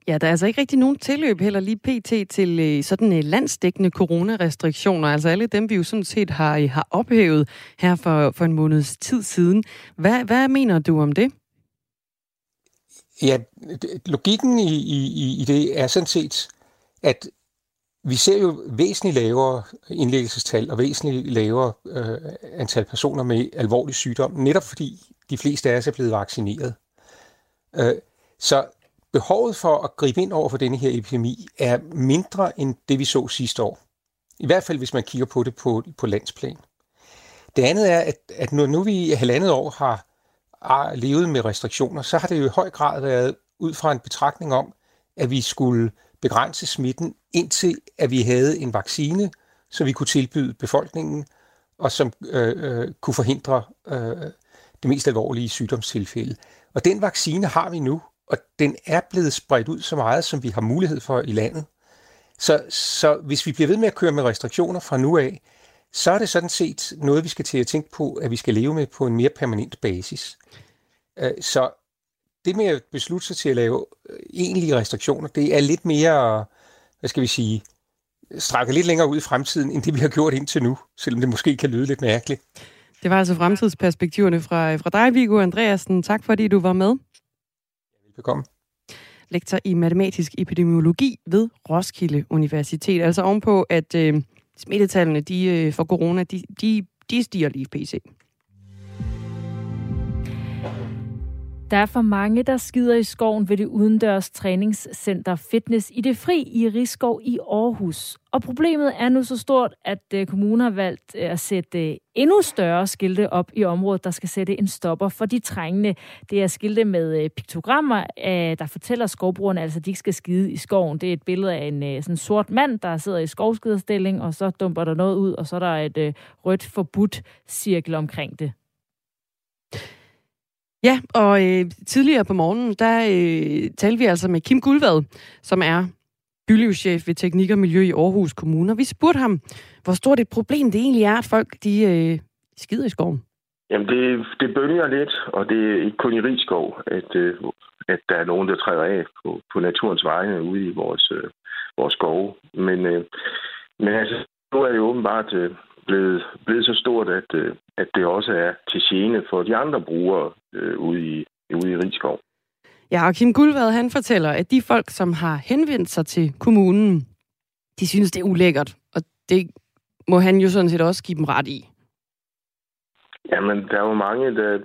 Ja, der er altså ikke rigtig nogen tilløb heller lige pt. Til sådan landsdækkende coronarestriktioner. Altså alle dem, vi jo sådan set har ophævet her for en måneds tid siden. Hvad mener du om det? Ja, logikken i det er sådan set, at vi ser jo væsentligt lavere indlæggelsestal og væsentligt lavere antal personer med alvorlig sygdom, netop fordi de fleste af os er blevet vaccineret. Så behovet for at gribe ind over for denne her epidemi er mindre end det, vi så sidste år. I hvert fald, hvis man kigger på det på landsplan. Det andet er, at når nu vi i 1,5 år har levet med restriktioner, så har det jo i høj grad været ud fra en betragtning om, at vi skulle begrænse smitten, indtil at vi havde en vaccine, så vi kunne tilbyde befolkningen, og som kunne forhindre det mest alvorlige sygdomstilfælde. Og den vaccine har vi nu, og den er blevet spredt ud så meget, som vi har mulighed for i landet. Så hvis vi bliver ved med at køre med restriktioner fra nu af, så er det sådan set noget, vi skal til at tænke på, at vi skal leve med på en mere permanent basis. Så det med at beslutte sig til at lave egentlige restriktioner, det er lidt mere, strækker lidt længere ud i fremtiden, end det vi har gjort indtil nu, selvom det måske kan lyde lidt mærkeligt. Det var altså fremtidsperspektiverne fra dig, Viggo Andreasen. Tak fordi du var med. Velkommen. Lektor i matematisk epidemiologi ved Roskilde Universitet. Altså ovenpå, at smittetallene for corona, de stiger lige pt. Der er for mange, der skider i skoven ved det udendørs træningscenter Fitness i det Fri i Risskov i Aarhus. Og problemet er nu så stort, at kommunen har valgt at sætte endnu større skilte op i området, der skal sætte en stopper for de trængende. Det er skilte med piktogrammer, der fortæller skovbrugerne, altså at de ikke skal skide i skoven. Det er et billede af en sådan sort mand, der sidder i skovskiderstilling, og så dumper der noget ud, og så er der et rødt forbudt cirkel omkring det. Ja, og tidligere på morgenen, der talte vi altså med Kim Guldvad, som er bylivschef ved Teknik og Miljø i Aarhus Kommune. Vi spurgte ham, hvor stort et problem det egentlig er, at folk de skider i skoven. Jamen, det bølger lidt, og det er ikke kun i Risskov, at der er nogen, der træder af på naturens vegne ude i vores skove. Men altså, nu er det åbenbart blevet så stort, at det også er til gene for de andre brugere ude i Risskov. Ja, og Kim Guldvad, han fortæller, at de folk, som har henvendt sig til kommunen, de synes, det er ulækkert. Og det må han jo sådan set også give dem ret i. Jamen, der er jo mange, der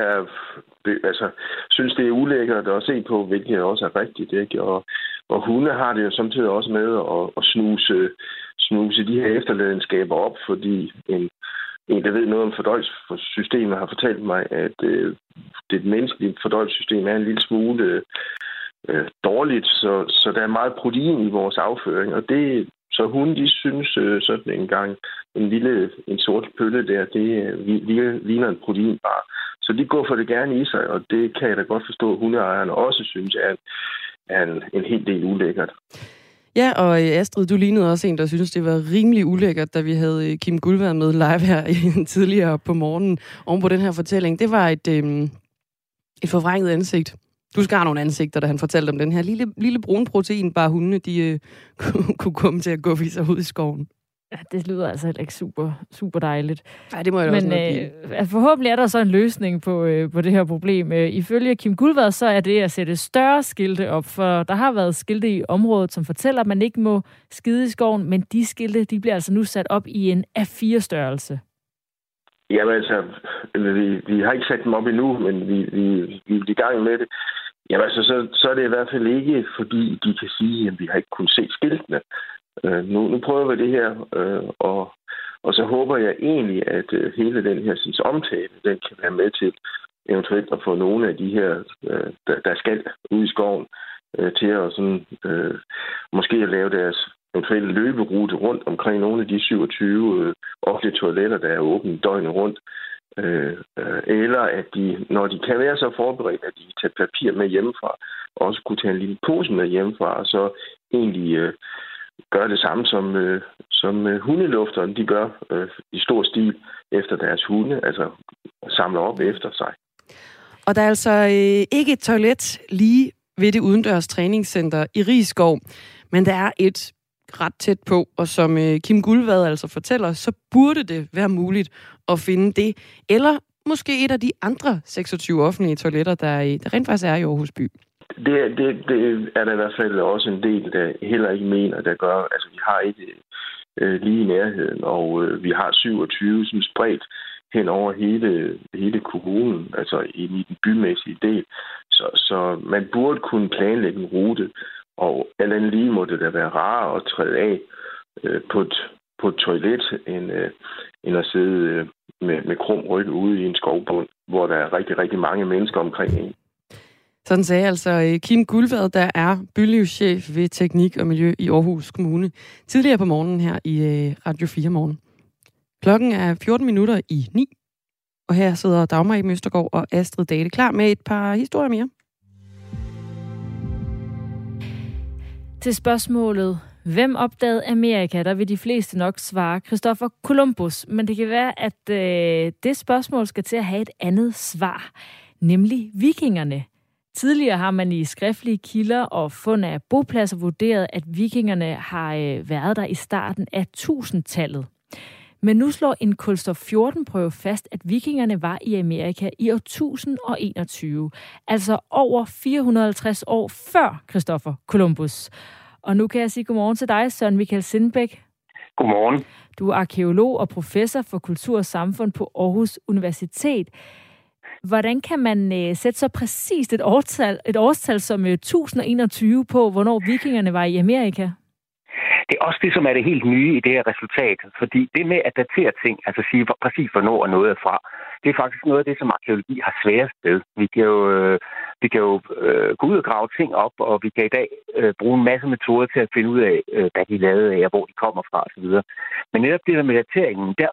synes, det er ulækkert at se på, hvilket også er rigtigt, ikke? Og hunde har det jo samtidig også med at snuse de her efterladenskaber op, fordi en, der ved noget om fordøjelsessystemet, har fortalt mig, at det menneskelige fordøjelsessystem er en lille smule dårligt, så der er meget protein i vores afføring, og det så hunde, de synes sådan en gang, en sort pølle der, det ligner en proteinbar. Så de går for det gerne i sig, og det kan jeg da godt forstå, at hundeejerne også synes er en helt del ulækkert. Ja, og Astrid, du lignede også en, der synes, det var rimelig ulækkert, da vi havde Kim Guldvad med live her tidligere på morgenen oven på den her fortælling. Det var et forvrænget ansigt. Du skal have nogle ansigter, da han fortalte om den her lille brun protein, bare hundene, de kunne komme til at gå i sig ud i skoven. Ja, det lyder altså heller ikke super dejligt. Nej, det må jeg da også nok give. Forhåbentlig er der så en løsning på det her problem. Ifølge Kim Guldvad, så er det at sætte større skilte op, for der har været skilte i området, som fortæller, at man ikke må skide i skoven, men de skilte, de bliver altså nu sat op i en A4-størrelse. Jamen altså, vi har ikke sat dem op endnu, men vi er i gang med det. Jamen altså, så er det i hvert fald ikke, fordi de kan sige, at vi har ikke kunnet se skiltene. Nu prøver vi det her, og så håber jeg egentlig, at hele den her omtale, den kan være med til eventuelt at få nogle af de her, der skal ud i skoven, til at sådan, måske at lave deres eventuelle løberute rundt omkring nogle af de 27 offentlige toiletter, der er åbne døgnet rundt. Eller at de, når de kan være så forberedt, at de tager papir med hjemmefra, også kunne tage en lille pose med hjemmefra, og så egentlig gøre det samme som hundelufterne, de gør i stor stil efter deres hunde, altså samler op efter sig. Og der er altså ikke et toilet lige ved det udendørs træningscenter i Risskov. Men der er et ret tæt på, og som Kim Guldvad altså fortæller, så burde det være muligt at finde det, eller måske et af de andre 26 offentlige toiletter, der rent faktisk er i Aarhus by. Det er der i hvert fald også en del, der heller ikke mener, der gør. Altså, vi har et lige i nærheden, og vi har 27 som spredt hen over hele kommunen, altså i den bymæssige del. Så man burde kunne planlægge en rute, og alt andet lige må det da være rarere at træde af på et toilet, end at sidde med krum ryg ude i en skovbund, hvor der er rigtig, rigtig mange mennesker omkring en. Sådan sagde altså Kim Guldvad, der er bylivschef ved Teknik og Miljø i Aarhus Kommune, tidligere på morgenen her i Radio 4 Morgen. Klokken er 14 minutter i 9, og her sidder Dagmar Eben Østergaard og Astrid Date klar med et par historier mere. Til spørgsmålet, hvem opdagede Amerika, der vil de fleste nok svare Christopher Columbus. Men det kan være, at det spørgsmål skal til at have et andet svar, nemlig vikingerne. Tidligere har man i skriftlige kilder og fund af bopladser vurderet, at vikingerne har været der i starten af 1000-tallet. Men nu slår en kulstof 14-prøve fast, at vikingerne var i Amerika i år 1021, altså over 450 år før Christopher Columbus. Og nu kan jeg sige godmorgen til dig, Søren Michael Sindbæk. Godmorgen. Du er arkæolog og professor for kultur og samfund på Aarhus Universitet. Hvordan kan man sætte så præcist et årstal som 1021 på, hvornår vikingerne var i Amerika? Det er også det, som er det helt nye i det her resultat. Fordi det med at datere ting, altså sige præcis hvornår noget er fra, det er faktisk noget af det, som arkæologi har sværest ved. Vi kan jo gå ud og grave ting op, og vi kan i dag bruge en masse metoder til at finde ud af, hvad de lavede af, hvor de kommer fra osv. Men netop det der med dateringen, der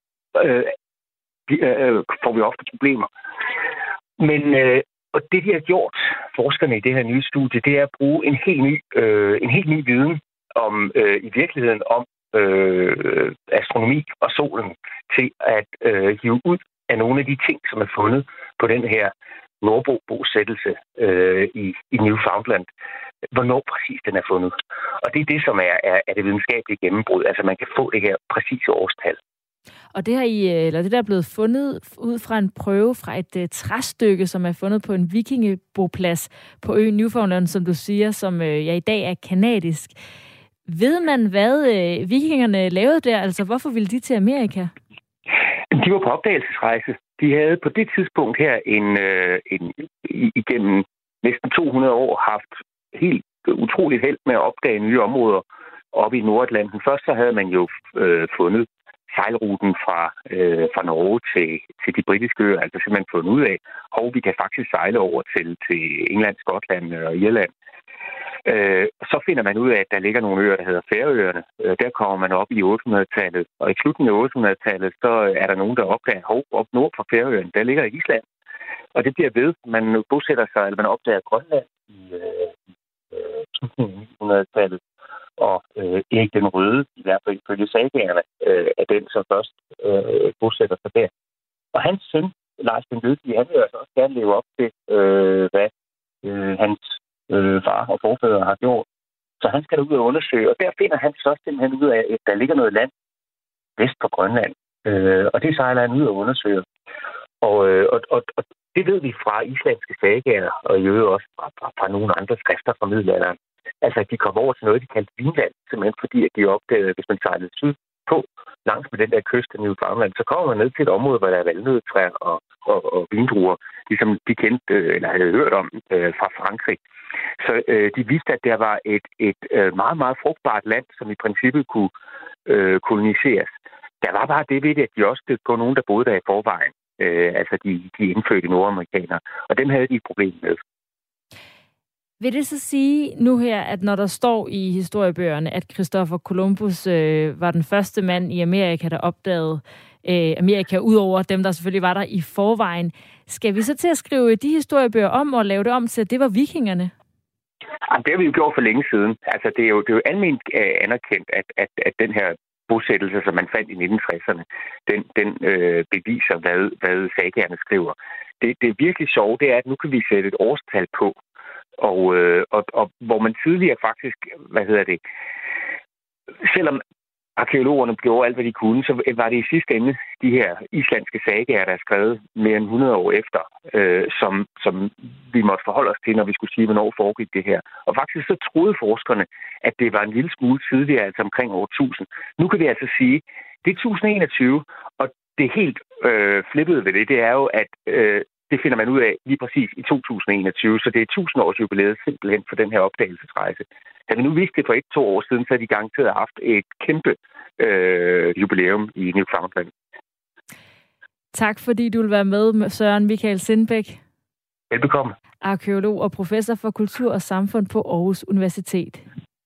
får vi ofte problemer. Men og det, de har gjort, forskerne i det her nye studie, det er at bruge en helt ny viden om i virkeligheden om astronomi og solen til at hive ud af nogle af de ting, som er fundet på den her nordbo-bosættelse i Newfoundland. Hvornår præcis den er fundet. Og det er det, som er det videnskabelige gennembrud. Altså man kan få det her præcise årstal. Og det der er blevet fundet ud fra en prøve fra et træstykke, som er fundet på en vikingeboplads på øen Newfoundland, som du siger, som i dag er kanadisk. Ved man, hvad vikingerne lavede der? Altså, hvorfor ville de til Amerika? De var på opdagelsesrejse. De havde på det tidspunkt her igennem næsten 200 år haft helt utroligt held med at opdage nye områder oppe i Nordatlanten. Først så havde man jo fundet sejlruten fra Norge til de britiske øer, altså simpelthen fundet ud af, og vi kan faktisk sejle over til England, Skotland og Irland. Så finder man ud af, at der ligger nogle øer, der hedder Færøerne. Der kommer man op i 800-tallet, og i slutningen af 800-tallet, så er der nogen, der opdager, op nord fra Færøerne, der ligger Island. Og det bliver ved. Man bosætter sig, eller man opdager Grønland i 1900-tallet. Og Erik den Røde, i hvert fald ifølge sagaerne, er den, som først bosætter sig der. Og hans søn, Lars den Lydlige, han vil altså også gerne leve op til, hvad hans far og forfædre har gjort. Så han skal ud og undersøge, og der finder han så simpelthen ud af, at der ligger noget land vest for Grønland. Og det sejler han ud og undersøger. Og det ved vi fra islandske sagaer, og i øvrigt også fra nogle andre skrifter fra middelalderen. Altså, at de kom over til noget, de kaldte Vinland, simpelthen fordi, at de opdagede, at hvis man sejlede sydpå langs med den der kyst af Newfoundland, så kommer man ned til et område, hvor der er valnødtræer og vindruer, ligesom de kendte, eller havde hørt om fra Frankrig. Så de vidste, at der var et meget, meget frugtbart land, som i princippet kunne koloniseres. Der var bare det ved det, at de også stødte på nogen, der boede der i forvejen. Altså de indfødte nordamerikanere. Og dem havde de et problem med. Vil det så sige nu her, at når der står i historiebøgerne, at Christopher Columbus var den første mand i Amerika, der opdagede Amerika, udover dem, der selvfølgelig var der i forvejen, skal vi så til at skrive de historiebøger om og lave det om til, at det var vikingerne? Jamen, det har vi jo gjort for længe siden. Altså, det er jo almindeligt anerkendt, at den her bosættelse, som man fandt i 1960'erne, den beviser, hvad sagaerne skriver. Det virkelig sjove, det er, at nu kan vi sætte et årstal på. Og hvor man tidligere faktisk, selvom arkeologerne gjorde alt, hvad de kunne, så var det i sidste ende de her islandske sagaer, der er skrevet mere end 100 år efter, som vi måtte forholde os til, når vi skulle sige, hvornår foregik det her. Og faktisk så troede forskerne, at det var en lille smule tidligere, altså omkring år 1000. Nu kan vi altså sige, det er 1021, og det helt flippede ved det er jo, at det finder man ud af lige præcis i 2021, så det er 1000 års jubilæet simpelthen for den her opdagelsesrejse. Havde vi nu vidst det for 1-2 år siden, så havde de garanteret haft et kæmpe jubilæum i Newfoundland. Tak fordi du vil være med, Søren Michael Sindbæk. Velbekomme. Arkæolog og professor for kultur og samfund på Aarhus Universitet.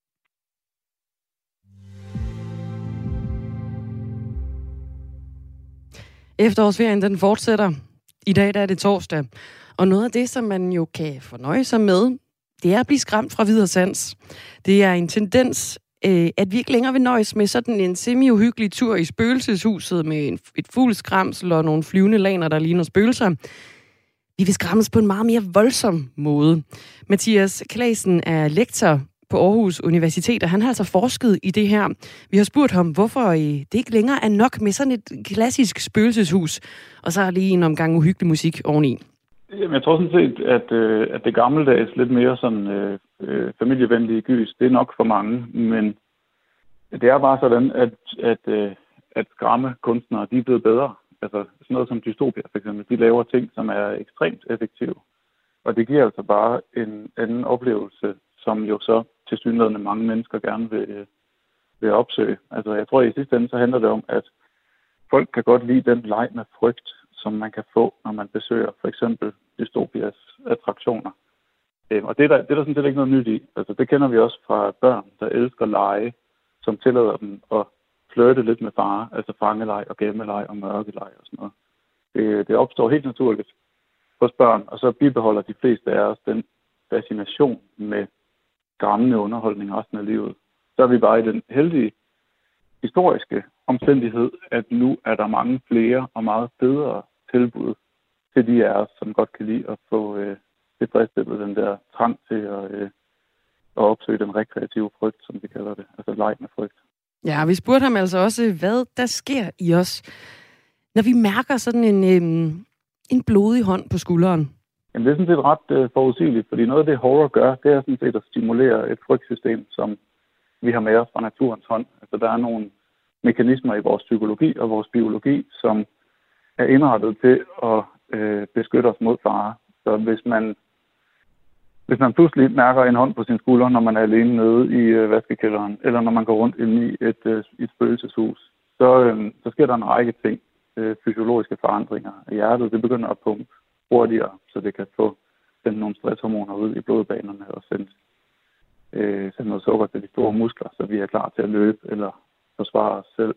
Efterårsferien den fortsætter. I dag der er det torsdag. Og noget af det, som man jo kan fornøje sig med, det er at blive skræmt fra videre sans. Det er en tendens, at vi ikke længere vil nøjes med sådan en semi-uhyggelig tur i spøgelseshuset med et fuld skræmsel og nogle flyvende laner, der ligner spøgelser. Vi vil skræmmes på en meget mere voldsom måde. Mathias Claesen er lektor på Aarhus Universitet, og han har altså forsket i det her. Vi har spurgt ham, hvorfor det ikke længere er nok med sådan et klassisk spøgelseshus, og så lige en omgang uhyggelig musik oveni. Jamen, jeg tror sådan set, at det gammeldags, lidt mere sådan familievenlige gys, det er nok for mange, men det er bare sådan, at skræmmekunstnere, de er blevet bedre. Altså sådan noget som Dystopia for eksempel, de laver ting, som er ekstremt effektive. Og det giver altså bare en anden oplevelse, som jo så tilsyneladende mange mennesker gerne vil opsøge. Altså jeg tror i sidste ende, så handler det om, at folk kan godt lide den leg med frygt, som man kan få, når man besøger for eksempel Dystopias attraktioner. Og det er der sådan set ikke noget nyt i. Altså det kender vi også fra børn, der elsker lege, som tillader dem at flirte lidt med fare, altså fangeleg og gemmeleg og mørkeleg og sådan noget. Det opstår helt naturligt hos børn, og så bibeholder de fleste af os den fascination med skræmmende underholdning resten af livet. Så er vi bare i den heldige historiske omstændighed, at nu er der mange flere og meget bedre tilbud til de af os, som godt kan lide at få tilfredsstillet den der trang til at opsøge den rekreative frygt, som vi kalder det, altså leg med frygt. Ja, vi spurgte ham altså også, hvad der sker i os, når vi mærker sådan en blodig hånd på skulderen. Jamen, det er sådan set ret forudsigeligt, fordi noget af det horror gør, det er sådan set at stimulere et frygtsystem, som vi har med os fra naturens hånd. Altså der er nogle mekanismer i vores psykologi og vores biologi, som er indrettet til at beskytte os mod fare. Så hvis man pludselig mærker en hånd på sin skulder, når man er alene nede i vaskekælderen, eller når man går rundt inde i et spøgelseshus, så sker der en række ting, fysiologiske forandringer af hjertet. Det begynder at pumpe hurtigere, så det kan få sendt nogle stresshormoner ud i blodbanerne og sendt noget sukker til de store muskler, så vi er klar til at løbe eller forsvare os selv.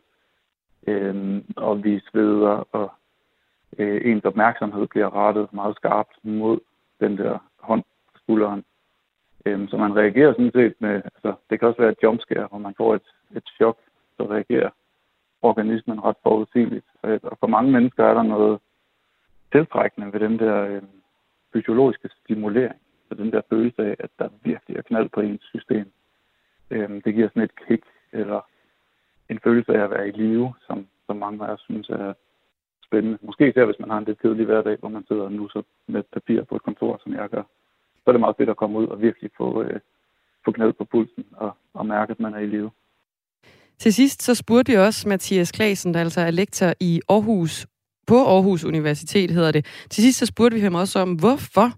Og vi sveder, og ens opmærksomhed bliver rettet meget skarpt mod den der hånd på skulderen. Så man reagerer sådan set med, altså det kan også være et jumpscare, hvor man får et chok, så reagerer organismen ret forudsigeligt. Og for mange mennesker er der noget tiltrækkende ved den der fysiologiske stimulering, så den der følelse af, at der virkelig er knald på ens system. Det giver sådan et kick, eller en følelse af at være i live, som mange af os synes er spændende. Måske især, hvis man har en lidt kedelig hverdag, hvor man sidder og nusser med papir på et kontor, som jeg gør. Så er det meget fedt at komme ud og virkelig få knald på pulsen og mærke, at man er i live. Til sidst så spurgte vi også Mathias Claesen, der altså er lektor i Aarhus, på Aarhus Universitet hedder det. Til sidst så spurgte vi ham også om, hvorfor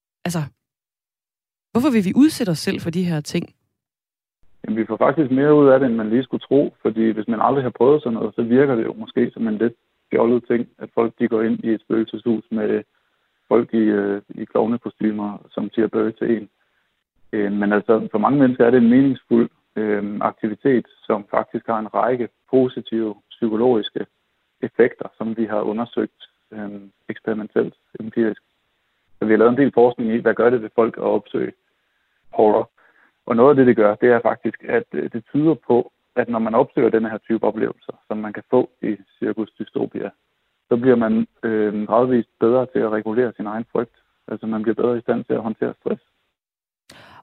vil vi udsætte os selv for de her ting? Jamen, vi får faktisk mere ud af det, end man lige skulle tro, fordi hvis man aldrig har prøvet sådan noget, så virker det jo måske som en lidt fjollet ting, at folk de går ind i et spøgelseshus med folk i klovnekostymer, som siger bøge til en. Men altså, for mange mennesker er det en meningsfuld aktivitet, som faktisk har en række positive psykologiske effekter, som vi har undersøgt eksperimentelt, empirisk. Så vi har lavet en del forskning i, hvad gør det ved folk at opsøge horror. Og noget af det gør, det er faktisk, at det tyder på, at når man opsøger denne her type oplevelser, som man kan få i Cirkus Dystopia, så bliver man gradvist bedre til at regulere sin egen frygt. Altså man bliver bedre i stand til at håndtere stress.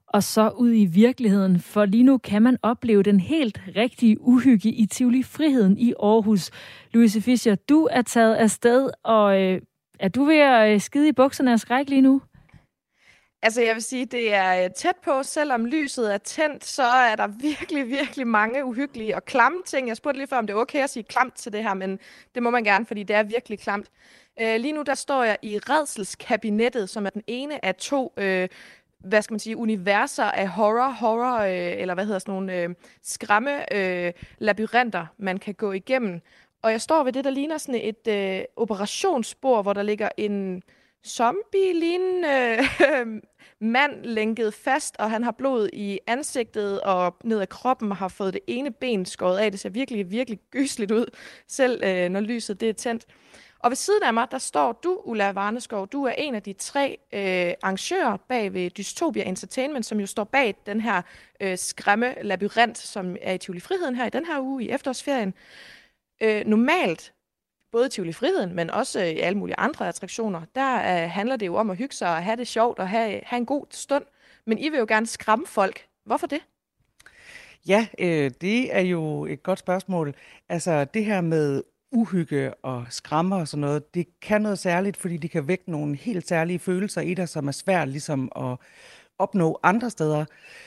og så ud i virkeligheden, for lige nu kan man opleve den helt rigtige uhygge i Tivoli Friheden i Aarhus. Louise Fischer, du er taget afsted, og er du ved at skide i bukserne af skræk lige nu? Altså, jeg vil sige, det er tæt på. Selvom lyset er tændt, så er der virkelig, virkelig mange uhyggelige og klamme ting. Jeg spurgte lige før, om det er okay at sige klamt til det her, men det må man gerne, fordi det er virkelig klamt. Lige nu, der står jeg i rædselskabinettet, som er den ene af to universer af horror, eller hvad hedder sådan nogle skræmme-labyrinter, man kan gå igennem. Og jeg står ved det, der ligner sådan et operationsbord, hvor der ligger en zombie-lignende mand lænket fast, og han har blod i ansigtet og ned ad kroppen og har fået det ene ben skåret af. Det ser virkelig, virkelig gysligt ud, selv når lyset det er tændt. Og ved siden af mig, der står du, Ulla Varneskov. Du er en af de 3 arrangører bag ved Dystopia Entertainment, som jo står bag den her skræmme-labyrint, som er i Tivoli Friheden her i den her uge i efterårsferien. Normalt, både i Tivoli Friheden, men også i alle mulige andre attraktioner, der handler det jo om at hygge sig og have det sjovt og have en god stund. Men I vil jo gerne skræmme folk. Hvorfor det? Ja, det er jo et godt spørgsmål. Altså det her med uhygge og skræmmer og sådan noget, det kan noget særligt, fordi de kan vække nogle helt særlige følelser i dig, som er svært ligesom at opnå andre steder.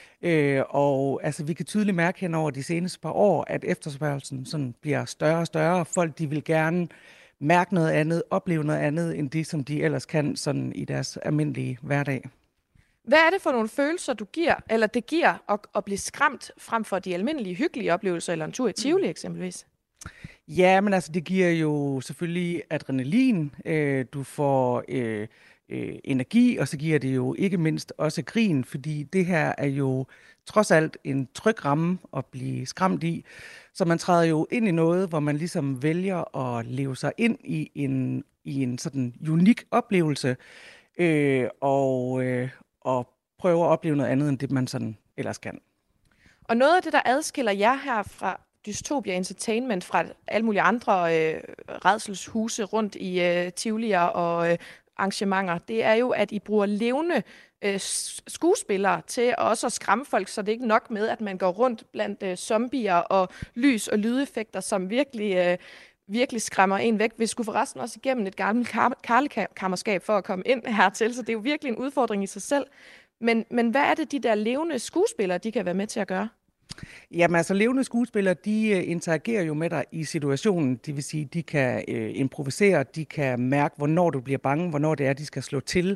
Og altså, vi kan tydeligt mærke hen over de seneste par år, at efterspørgelsen sådan bliver større og større. Folk de vil gerne mærke noget andet, opleve noget andet, end det, som de ellers kan sådan i deres almindelige hverdag. Hvad er det for nogle følelser, det giver at blive skræmt frem for de almindelige hyggelige oplevelser, eller en tur i Tivoli eksempelvis? Ja, men altså, det giver jo selvfølgelig adrenalin. Du får energi, og så giver det jo ikke mindst også grin, fordi det her er jo trods alt en tryg ramme at blive skræmt i. Så man træder jo ind i noget, hvor man ligesom vælger at leve sig ind i en sådan unik oplevelse, og prøve at opleve noget andet, end det man sådan ellers kan. Og noget af det, der adskiller jer her fra Dystopia Entertainment fra alle mulige andre rædselshuse rundt i Tivolier og arrangementer, det er jo, at I bruger levende skuespillere til også at skræmme folk, så det er ikke nok med, at man går rundt blandt zombier og lys- og lydeffekter, som virkelig skræmmer en væk. Vi skulle forresten også igennem et gammelt karlekammerskab for at komme ind hertil, så det er jo virkelig en udfordring i sig selv. Men hvad er det, de der levende skuespillere, de kan være med til at gøre? Jamen altså, levende skuespillere, de interagerer jo med dig i situationen. Det vil sige, de kan improvisere, de kan mærke, hvornår du bliver bange, hvornår det er, de skal slå til,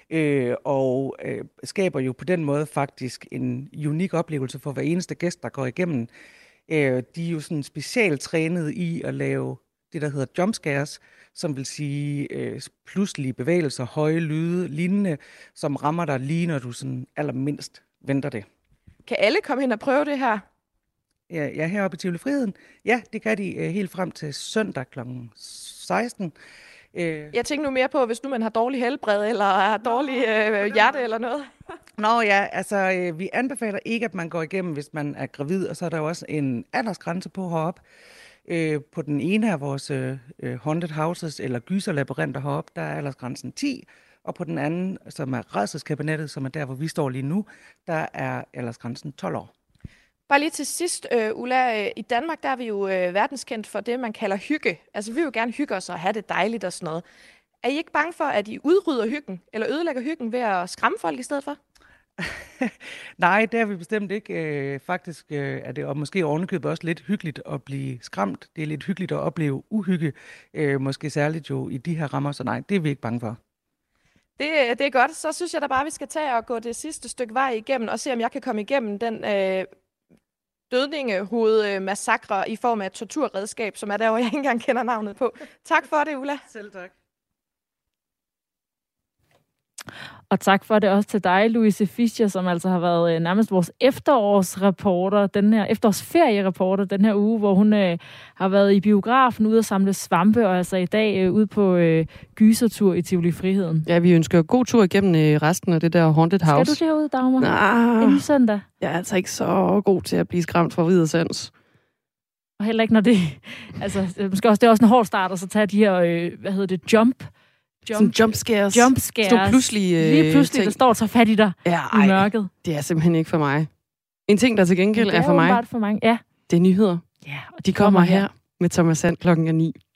og skaber jo på den måde faktisk en unik oplevelse for hver eneste gæst, der går igennem. De er jo sådan specialtrænet i at lave det, der hedder jumpscares, som vil sige pludselige bevægelser, høje lyde, lignende, som rammer dig lige, når du sådan allermindst venter det. Kan alle komme hen og prøve det her? Ja, heroppe i Tivoli Friheden. Ja, det kan de helt frem til søndag kl. 16. Jeg tænker nu mere på, hvis nu man har dårlig helbred, eller har dårlig hjerte eller noget. Nå ja, altså vi anbefaler ikke, at man går igennem, hvis man er gravid, og så er der jo også en aldersgrænse på heroppe. På den ene af vores haunted houses, eller gyserlabyrinter heroppe, der er aldersgrænsen 10, og på den anden, som er rædselskabinettet, som er der, hvor vi står lige nu, der er aldersgrænsen 12 år. Bare lige til sidst, Ulla, i Danmark der er vi jo verdenskendt for det, man kalder hygge. Altså vi vil jo gerne hygge os og have det dejligt og sådan noget. Er I ikke bange for, at I udrydder hyggen, eller ødelægger hyggen ved at skræmme folk i stedet for? Nej, det er vi bestemt ikke. Faktisk er det måske ovenikøbet også lidt hyggeligt at blive skræmt. Det er lidt hyggeligt at opleve uhygge, måske særligt jo i de her rammer, så nej, det er vi ikke bange for. Det er godt. Så synes jeg da bare, vi skal tage og gå det sidste stykke vej igennem, og se om jeg kan komme igennem den dødningehovedmassakre i form af et torturredskab, som er der, hvor jeg ikke engang kender navnet på. Tak for det, Ulla. Selv tak. Og tak for det også til dig, Louise Fischer, som altså har været nærmest vores efterårsferiereporter den her uge, hvor hun har været i biografen ude at samle svampe, og altså i dag ude på gysertur i Tivoli Friheden. Ja, vi ønsker god tur igennem resten af det der haunted house. Skal du derude, Dagmar? Inden søndag? Jeg er altså ikke så god til at blive skræmt fra hvide sans. Og heller ikke, når det... Altså, måske også, det er også en hård start, at så tage de her, Sådan jump scares. Lige pludselig, der står og tager fat i dig i mørket. Det er simpelthen ikke for mig. En ting, der til gengæld er for mig, for mange. Ja. det er nyheder. Ja, og de kommer her med Thomas Sand 9:00.